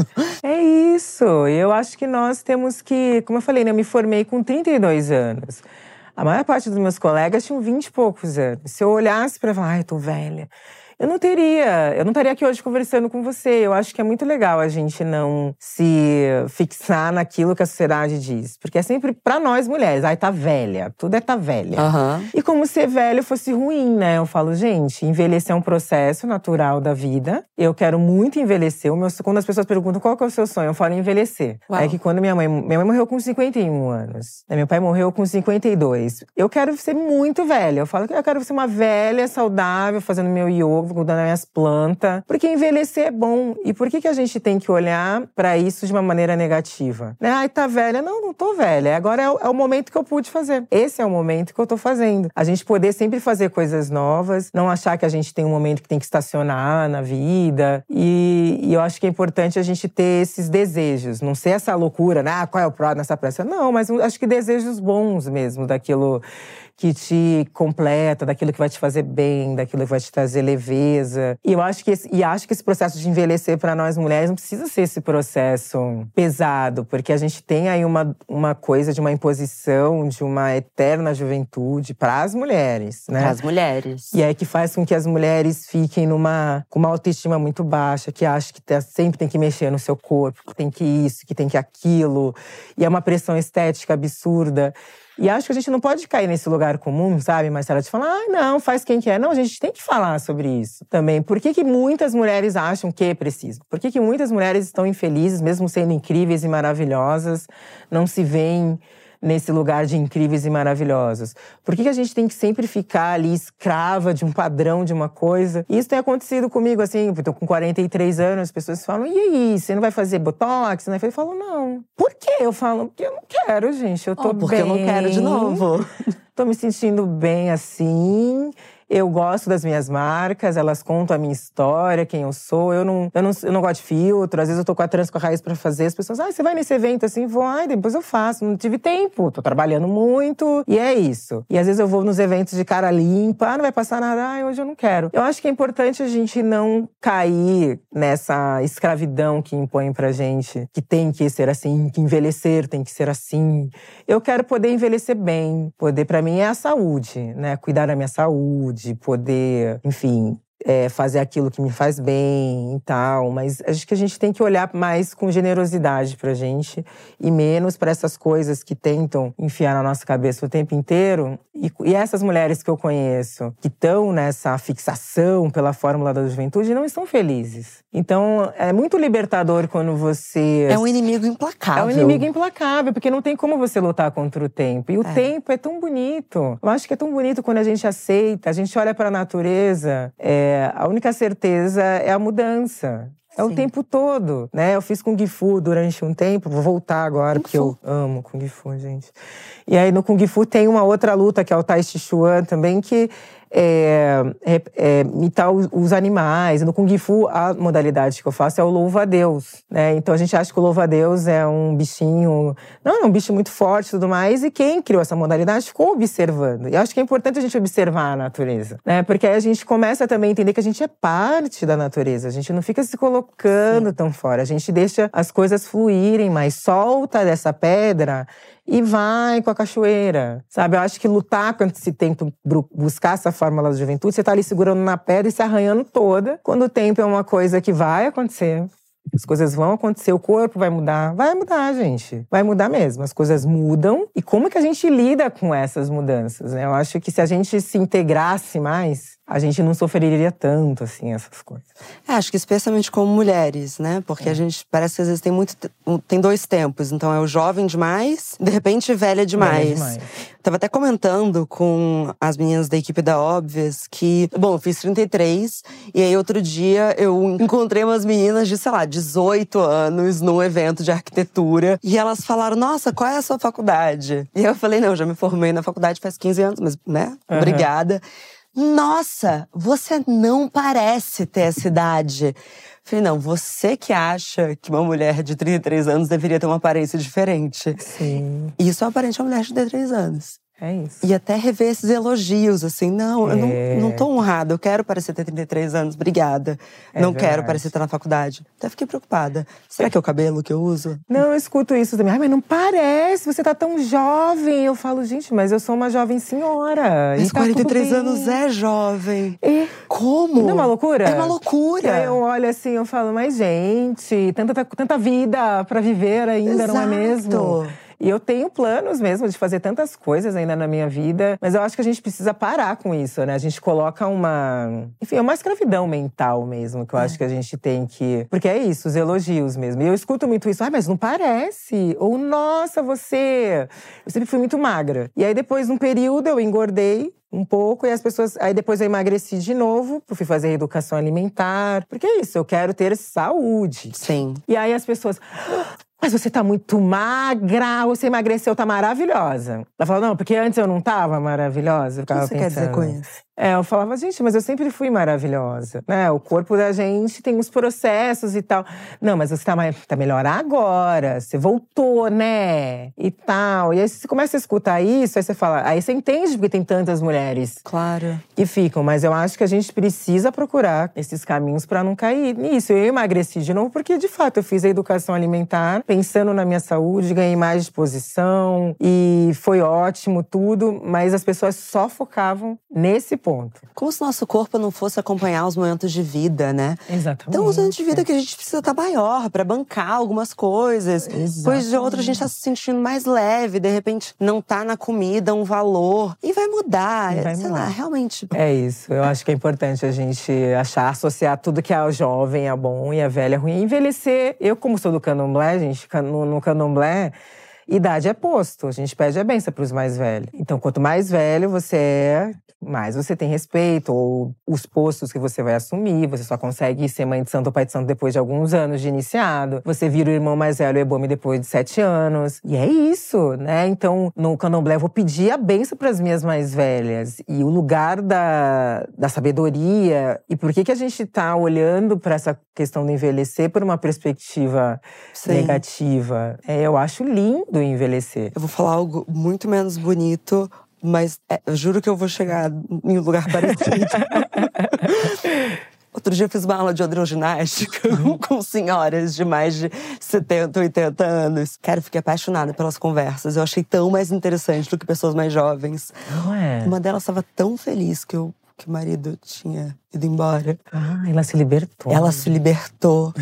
B: É isso. Eu acho que nós temos que… Como eu falei, né? Eu me formei com 32 anos. A maior parte dos meus colegas tinham 20 e poucos anos. Se eu olhasse pra falar, eu tô velha… Eu não estaria aqui hoje conversando com você. Eu acho que é muito legal a gente não se fixar naquilo que a sociedade diz. Porque é sempre pra nós mulheres, tá velha, tudo tá velha.
A: Uhum.
B: E como ser velho fosse ruim, né? Eu falo, gente, envelhecer é um processo natural da vida. Eu quero muito envelhecer. Quando as pessoas perguntam qual que é o seu sonho, eu falo envelhecer.
A: Uau.
B: É que quando minha mãe morreu com 51 anos. Meu pai morreu com 52. Eu quero ser muito velha. Eu falo que eu quero ser uma velha saudável, fazendo meu yoga, cuidando das minhas plantas. Porque envelhecer é bom. E por que a gente tem que olhar pra isso de uma maneira negativa? Né? Tá velha. Não tô velha. Agora é o momento que eu pude fazer. Esse é o momento que eu tô fazendo. A gente poder sempre fazer coisas novas. Não achar que a gente tem um momento que tem que estacionar na vida. E eu acho que é importante a gente ter esses desejos. Não ser essa loucura, né? Qual é o próximo nessa pressa? Não, mas acho que desejos bons mesmo. Daquilo que te completa, daquilo que vai te fazer bem, daquilo que vai te trazer leveza. E acho que esse processo de envelhecer para nós mulheres não precisa ser esse processo pesado, porque a gente tem aí uma coisa de uma imposição, de uma eterna juventude para as mulheres, né?
A: Para as mulheres.
B: E é que faz com que as mulheres fiquem com uma autoestima muito baixa, que acham que sempre tem que mexer no seu corpo, que tem que isso, que tem que aquilo. E é uma pressão estética absurda. E acho que a gente não pode cair nesse lugar comum, sabe, Marcela? De falar, não, faz quem quer. Não, a gente tem que falar sobre isso também. Por que muitas mulheres acham que precisam? Por que muitas mulheres estão infelizes, mesmo sendo incríveis e maravilhosas, não se veem nesse lugar de incríveis e maravilhosos? Por que a gente tem que sempre ficar ali escrava de um padrão, de uma coisa? E isso tem acontecido comigo, assim, eu tô com 43 anos, as pessoas falam, e aí, você não vai fazer botox? Não vai fazer? Eu falo, não. Por quê? Eu falo, porque eu não quero, gente, eu tô
A: porque
B: bem.
A: eu não quero de novo.
B: Tô me sentindo bem assim. Eu gosto das minhas marcas, elas contam a minha história, quem eu sou. Eu não gosto de filtro. Às vezes eu tô com a Trans com a Raiz pra fazer. As pessoas, você vai nesse evento assim? Vou, depois eu faço. Não tive tempo, tô trabalhando muito. E é isso. E às vezes eu vou nos eventos de cara limpa. Não vai passar nada. Hoje eu não quero. Eu acho que é importante a gente não cair nessa escravidão que impõe pra gente. Que tem que ser assim, que envelhecer tem que ser assim. Eu quero poder envelhecer bem. Poder, pra mim, é a saúde, né? Cuidar da minha saúde. De poder, enfim, fazer aquilo que me faz bem e tal. Mas acho que a gente tem que olhar mais com generosidade pra gente e menos pra essas coisas que tentam enfiar na nossa cabeça o tempo inteiro. E essas mulheres que eu conheço, que estão nessa fixação pela fórmula da juventude, não estão felizes. Então, é muito libertador quando você…
A: É um inimigo implacável.
B: É um inimigo implacável, porque não tem como você lutar contra o tempo. E o tempo é tão bonito. Eu acho que é tão bonito quando a gente aceita, a gente olha para a natureza. A única certeza é a mudança. É o tempo todo, né? Eu fiz Kung Fu durante um tempo, vou voltar agora, porque eu amo Kung Fu, gente. E aí no Kung Fu tem uma outra luta, que é o Tai Chi Chuan também, que imitar os animais. No Kung Fu, a modalidade que eu faço é o louva-a-Deus, né? Então a gente acha que o louva-a-Deus é um bichinho… Não, é um bicho muito forte e tudo mais. E quem criou essa modalidade ficou observando. E eu acho que é importante a gente observar a natureza, né? Porque aí a gente começa também a entender que a gente é parte da natureza. A gente não fica se colocando tão fora. A gente deixa as coisas fluírem, mas solta dessa pedra e vai com a cachoeira, sabe? Eu acho que lutar contra esse tempo, buscar essa fórmula da juventude, você tá ali segurando na pedra e se arranhando toda, quando o tempo é uma coisa que vai acontecer. As coisas vão acontecer, o corpo vai mudar. Vai mudar, gente. Vai mudar mesmo. As coisas mudam. E como que a gente lida com essas mudanças, né? Eu acho que se a gente se integrasse mais, a gente não sofreria tanto, assim, essas coisas.
A: Acho que especialmente como mulheres, né? Porque a gente parece que às vezes tem dois tempos. Então é o jovem demais, de repente velha demais.
B: Velha demais.
A: Tava até comentando com as meninas da equipe da Óbvias que… Bom, eu fiz 33. E aí outro dia eu encontrei umas meninas de, sei lá, 18 anos num evento de arquitetura. E elas falaram, nossa, qual é a sua faculdade? E eu falei, não, eu já me formei na faculdade faz 15 anos, mas, né? Obrigada. Nossa, você não parece ter essa idade. Falei, não, você que acha que uma mulher de 33 anos deveria ter uma aparência diferente.
B: Sim.
A: Isso é aparente uma mulher de 33 anos.
B: É isso.
A: E até rever esses elogios, assim, não, eu não tô honrada, eu quero parecer ter 33 anos, obrigada. Não quero parecer estar na faculdade. Até fiquei preocupada. Será que é o cabelo que eu uso?
B: Não, eu escuto isso também. Ai, mas não parece, você tá tão jovem. Eu falo, gente, mas eu sou uma jovem senhora.
A: Mas
B: e tá
A: 43 anos é jovem. Como?
B: Não é uma loucura?
A: É uma loucura.
B: E aí eu olho assim, eu falo, mas gente, tanta vida pra viver ainda,
A: Exato.
B: não é mesmo? E eu tenho planos mesmo de fazer tantas coisas ainda na minha vida. Mas eu acho que a gente precisa parar com isso, né? A gente coloca enfim, é uma escravidão mental mesmo, que eu acho que a gente tem que… Porque é isso, os elogios mesmo. E eu escuto muito isso. Ai, mas não parece. Ou, nossa, você… Eu sempre fui muito magra. E aí depois, num período, eu engordei um pouco, e as pessoas… Aí depois eu emagreci de novo, fui fazer educação alimentar. Porque é isso, eu quero ter saúde.
A: Sim.
B: E aí as pessoas… Mas você tá muito magra, você emagreceu, tá maravilhosa. Ela falou, não, porque antes eu não tava maravilhosa.
A: O que você quer dizer com isso?
B: Eu falava, gente, mas eu sempre fui maravilhosa, né? O corpo da gente tem uns processos e tal. Não, mas você tá melhor agora, você voltou, né? E tal. E aí você começa a escutar isso, aí você fala… Aí você entende porque tem tantas mulheres…
A: Claro.
B: Que ficam. Mas eu acho que a gente precisa procurar esses caminhos pra não cair nisso. Eu emagreci de novo porque, de fato, eu fiz a educação alimentar pensando na minha saúde, ganhei mais disposição e foi ótimo tudo, mas as pessoas só focavam nesse ponto.
A: Como se nosso corpo não fosse acompanhar os momentos de vida, né?
B: Exatamente.
A: Então, os momentos de vida que a gente precisa estar maior pra bancar algumas coisas. Depois de outra, a gente tá se sentindo mais leve. De repente, não tá na comida um valor. E vai mudar. Sei lá, realmente.
B: É isso. Eu acho que é importante a gente associar tudo que é jovem é bom e a velha é ruim. Envelhecer. Eu, como sou do candomblé, gente, no candomblé, idade é posto. A gente pede a benção pros mais velhos. Então, quanto mais velho você é, mais você tem respeito. Ou os postos que você vai assumir. Você só consegue ser mãe de santo ou pai de santo depois de alguns anos de iniciado. Você vira o irmão mais velho e ebome depois de 7 anos. E é isso, né? Então, no candomblé, eu vou pedir a benção pras minhas mais velhas. E o lugar da sabedoria. E por que a gente tá olhando pra essa questão do envelhecer por uma perspectiva negativa? Eu acho lindo envelhecer.
A: Eu vou falar algo muito menos bonito, mas eu juro que eu vou chegar em um lugar parecido. Outro dia eu fiz uma aula de hidroginástica com senhoras de mais de 70, 80 anos. Cara, eu fiquei apaixonada pelas conversas. Eu achei tão mais interessante do que pessoas mais jovens.
B: Não é?
A: Uma delas estava tão feliz que o marido tinha ido embora.
B: Ela se libertou.
A: Ela se libertou.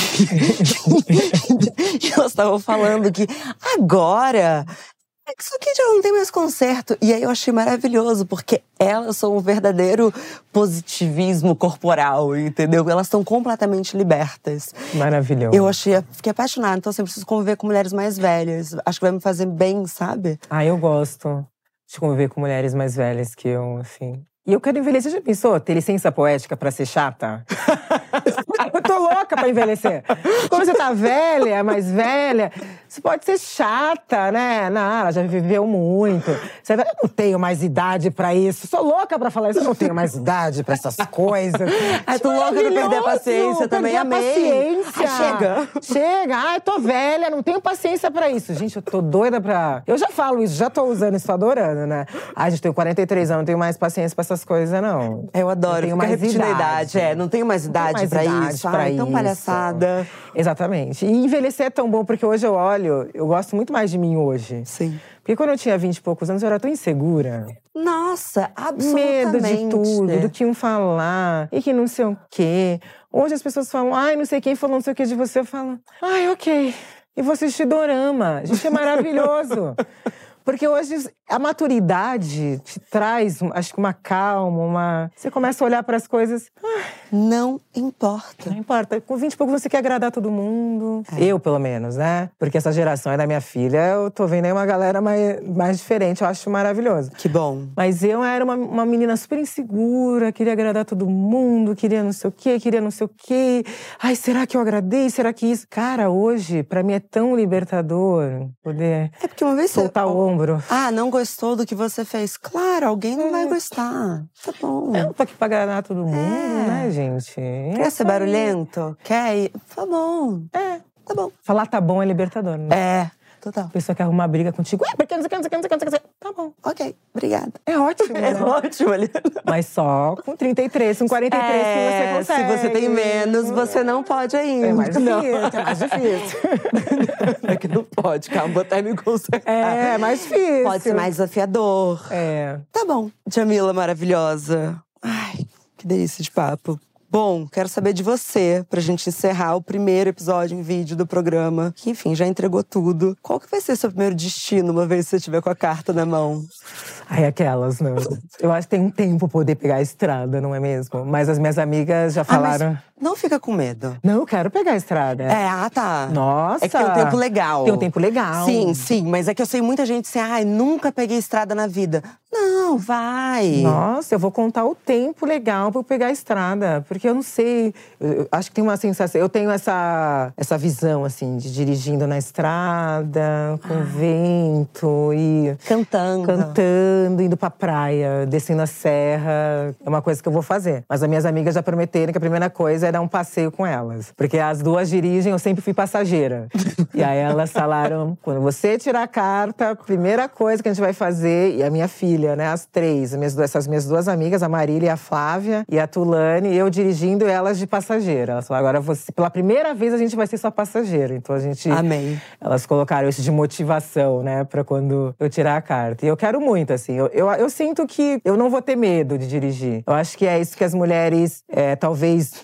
A: E elas estavam falando que agora… Isso aqui já não tem mais conserto. E aí eu achei maravilhoso, porque elas são um verdadeiro positivismo corporal, entendeu? Elas estão completamente libertas.
B: Maravilhoso.
A: Fiquei apaixonada, então eu sempre preciso conviver com mulheres mais velhas. Acho que vai me fazer bem, sabe?
B: Eu gosto de conviver com mulheres mais velhas que eu, assim… E eu quero envelhecer. Já pensou? Ter licença poética pra ser chata? Eu tô louca pra envelhecer. Quando você tá velha, mais velha, você pode ser chata, né? Não, ela já viveu muito. Você vai, eu não tenho mais idade pra isso. Sou louca pra falar isso. Eu não tenho mais idade pra essas coisas.
A: Tô louca pra perder a paciência também. Amei.
B: Chega. Tô velha, não tenho paciência pra isso. Gente, eu tô doida pra… Eu já falo isso, já tô usando isso, tô adorando, né? Gente, tenho 43 anos, não tenho mais paciência pra essas coisas, não.
A: Eu adoro, fica repetindo a idade. Não tenho mais idade pra isso. Tão palhaçada.
B: Exatamente. E envelhecer é tão bom, porque hoje eu olho olho, eu gosto muito mais de mim hoje.
A: Sim.
B: Porque quando eu tinha 20 e poucos anos, eu era tão insegura.
A: Nossa, absolutamente.
B: Medo de tudo, do que iam falar, e que não sei o quê. Hoje as pessoas falam, ai, não sei quem falou não sei o que de você. Eu falo, ai, ok. E vou assistir dorama. Gente, é maravilhoso. Porque hoje a maturidade te traz, acho que uma calma, Você começa a olhar para as coisas…
A: Não importa.
B: Não importa. Com 20 e pouco você quer agradar todo mundo. Eu, pelo menos, né? Porque essa geração é da minha filha. Eu tô vendo aí uma galera mais diferente. Eu acho maravilhoso.
A: Que bom.
B: Mas eu era uma menina super insegura. Queria agradar todo mundo. Queria não sei o quê, queria não sei o quê. Ai, será que eu agradei? Será que isso… Cara, hoje, pra mim é tão libertador poder…
A: É porque uma vez
B: soltar o ombro.
A: Ah, não gostou do que você fez? Claro, alguém não vai gostar. Tá bom.
B: Eu tô aqui pra agradar todo mundo, né, gente?
A: Quer ser barulhento? Quer ir? Tá bom. Tá bom.
B: Falar tá bom é libertador, né?
A: Total.
B: A pessoa quer arrumar briga contigo. Porque não sei o que. Tá bom.
A: Ok, obrigada.
B: É ótimo, né?
A: É ótimo, Aliana.
B: Mas só com 33, com 43 que você consegue.
A: Se você tem menos, você não pode ainda.
B: É mais difícil,
A: É que não pode, calma, vou até me consertar.
B: É mais difícil.
A: Pode ser mais desafiador. Tá bom. Jamila maravilhosa. Ai, que delícia de papo. Bom, quero saber de você, pra gente encerrar o primeiro episódio em vídeo do programa. Que, enfim, já entregou tudo. Qual que vai ser seu primeiro destino, uma vez que você estiver com a carta na mão?
B: Ai, aquelas, não. Eu acho que tem um tempo poder pegar a estrada, não é mesmo? Mas as minhas amigas já falaram…
A: Mas não fica com medo.
B: Não, eu quero pegar a estrada.
A: Tá.
B: Nossa!
A: É que tem um tempo legal.
B: Tem um tempo legal.
A: Sim, mas é que eu sei muita gente assim, ai, nunca peguei estrada na vida. Não, vai.
B: Nossa, eu vou contar o tempo legal pra eu pegar a estrada. Porque eu não sei, eu acho que tem uma sensação… Eu tenho essa visão, assim, de dirigindo na estrada, com vento e… Cantando, indo pra praia, descendo a serra. É uma coisa que eu vou fazer. Mas as minhas amigas já prometeram que a primeira coisa é dar um passeio com elas. Porque as duas dirigem, eu sempre fui passageira. E aí elas falaram, quando você tirar a carta, a primeira coisa que a gente vai fazer… E a minha filha, né, as três, essas minhas duas amigas, a Marília e a Flávia, e a Tulane, eu dirigindo e elas de passageira. Elas falaram, agora você, pela primeira vez a gente vai ser só passageira. Então a gente…
A: Amém.
B: Elas colocaram isso de motivação, né, pra quando eu tirar a carta. E eu quero muito, assim. Eu sinto que eu não vou ter medo de dirigir. Eu acho que é isso que as mulheres… talvez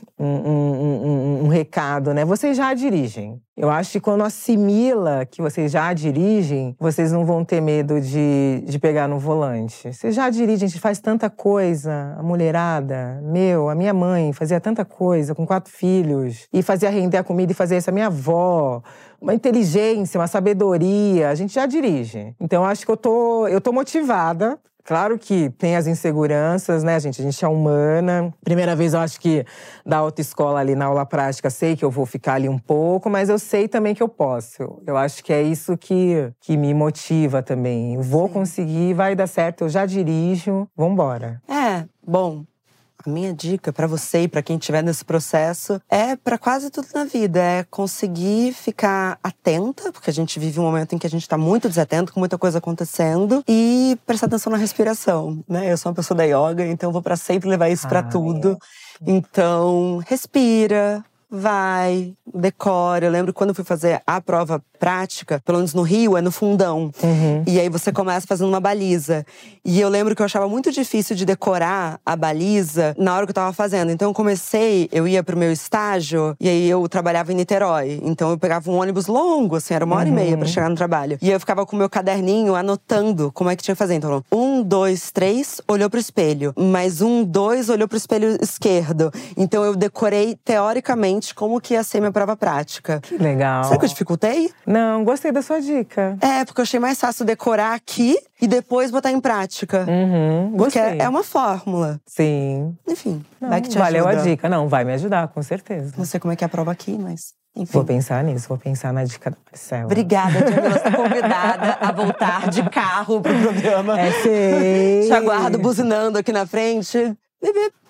B: um recado, né? Vocês já dirigem. Eu acho que quando assimila que vocês já dirigem, vocês não vão ter medo de pegar no volante. Vocês já dirigem, a gente faz tanta coisa. A mulherada, a minha mãe fazia tanta coisa com 4 filhos. E fazia render a comida e fazia isso a minha avó. Uma inteligência, uma sabedoria. A gente já dirige. Então, eu acho que eu tô motivada. Claro que tem as inseguranças, né, gente? A gente é humana. Primeira vez, eu acho que da autoescola ali na aula prática, sei que eu vou ficar ali um pouco, mas eu sei também que eu posso. Eu acho que é isso que me motiva também. Eu vou conseguir, vai dar certo, eu já dirijo, vambora.
A: Bom… A minha dica pra você e pra quem estiver nesse processo é pra quase tudo na vida. É conseguir ficar atenta, porque a gente vive um momento em que a gente tá muito desatento, com muita coisa acontecendo. E prestar atenção na respiração, né? Eu sou uma pessoa da yoga, então eu vou pra sempre levar isso pra tudo. Então, respira, vai, decora. Eu lembro quando eu fui fazer a prova prática, pelo menos no Rio, é no fundão. E aí você começa fazendo uma baliza. E eu lembro que eu achava muito difícil de decorar a baliza na hora que eu tava fazendo. Então eu ia pro meu estágio, e aí eu trabalhava em Niterói. Então eu pegava um ônibus longo, assim, era 1h30 pra chegar no trabalho. E eu ficava com o meu caderninho anotando como é que tinha que fazer. Então, 1, 2, 3, olhou pro espelho. Mais 1, 2, olhou pro espelho esquerdo. Então eu decorei, teoricamente, como que ia ser minha prova prática.
B: Que legal.
A: Sabe que eu dificultei?
B: Não, gostei da sua dica.
A: Porque eu achei mais fácil decorar aqui e depois botar em prática. Porque
B: Gostei.
A: é uma fórmula.
B: Sim.
A: Enfim,
B: Não,
A: vai que te
B: valeu
A: ajuda.
B: a dica. Não, vai me ajudar, com certeza.
A: Não sei como é que é a prova aqui, mas… Enfim.
B: Vou pensar nisso, vou pensar na dica da Marcela.
A: Obrigada, Jamila, sou convidada a voltar de carro pro programa.
B: Sei.
A: Te aguardo buzinando aqui na frente. Bip, bip.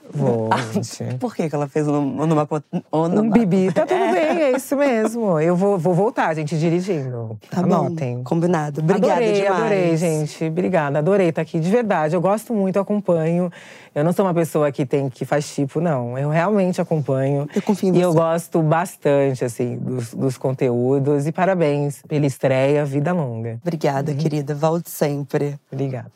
B: Vou, gente.
A: Por que ela fez um
B: Bibi, tá tudo bem, é isso mesmo. Eu vou voltar, gente, dirigindo.
A: Tá
B: Anotem.
A: bom, combinado. Obrigada demais.
B: Adorei, gente. Obrigada, adorei estar aqui. De verdade, eu gosto muito, acompanho. Eu não sou uma pessoa que faz tipo, não. Eu realmente acompanho.
A: Eu confio em
B: você. E eu
A: você.
B: gosto bastante, assim, dos conteúdos. E parabéns pela estreia, vida longa.
A: Obrigada, querida. Volte sempre.
B: Obrigada.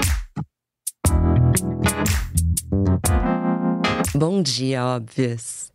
A: Bom dia, óbvias!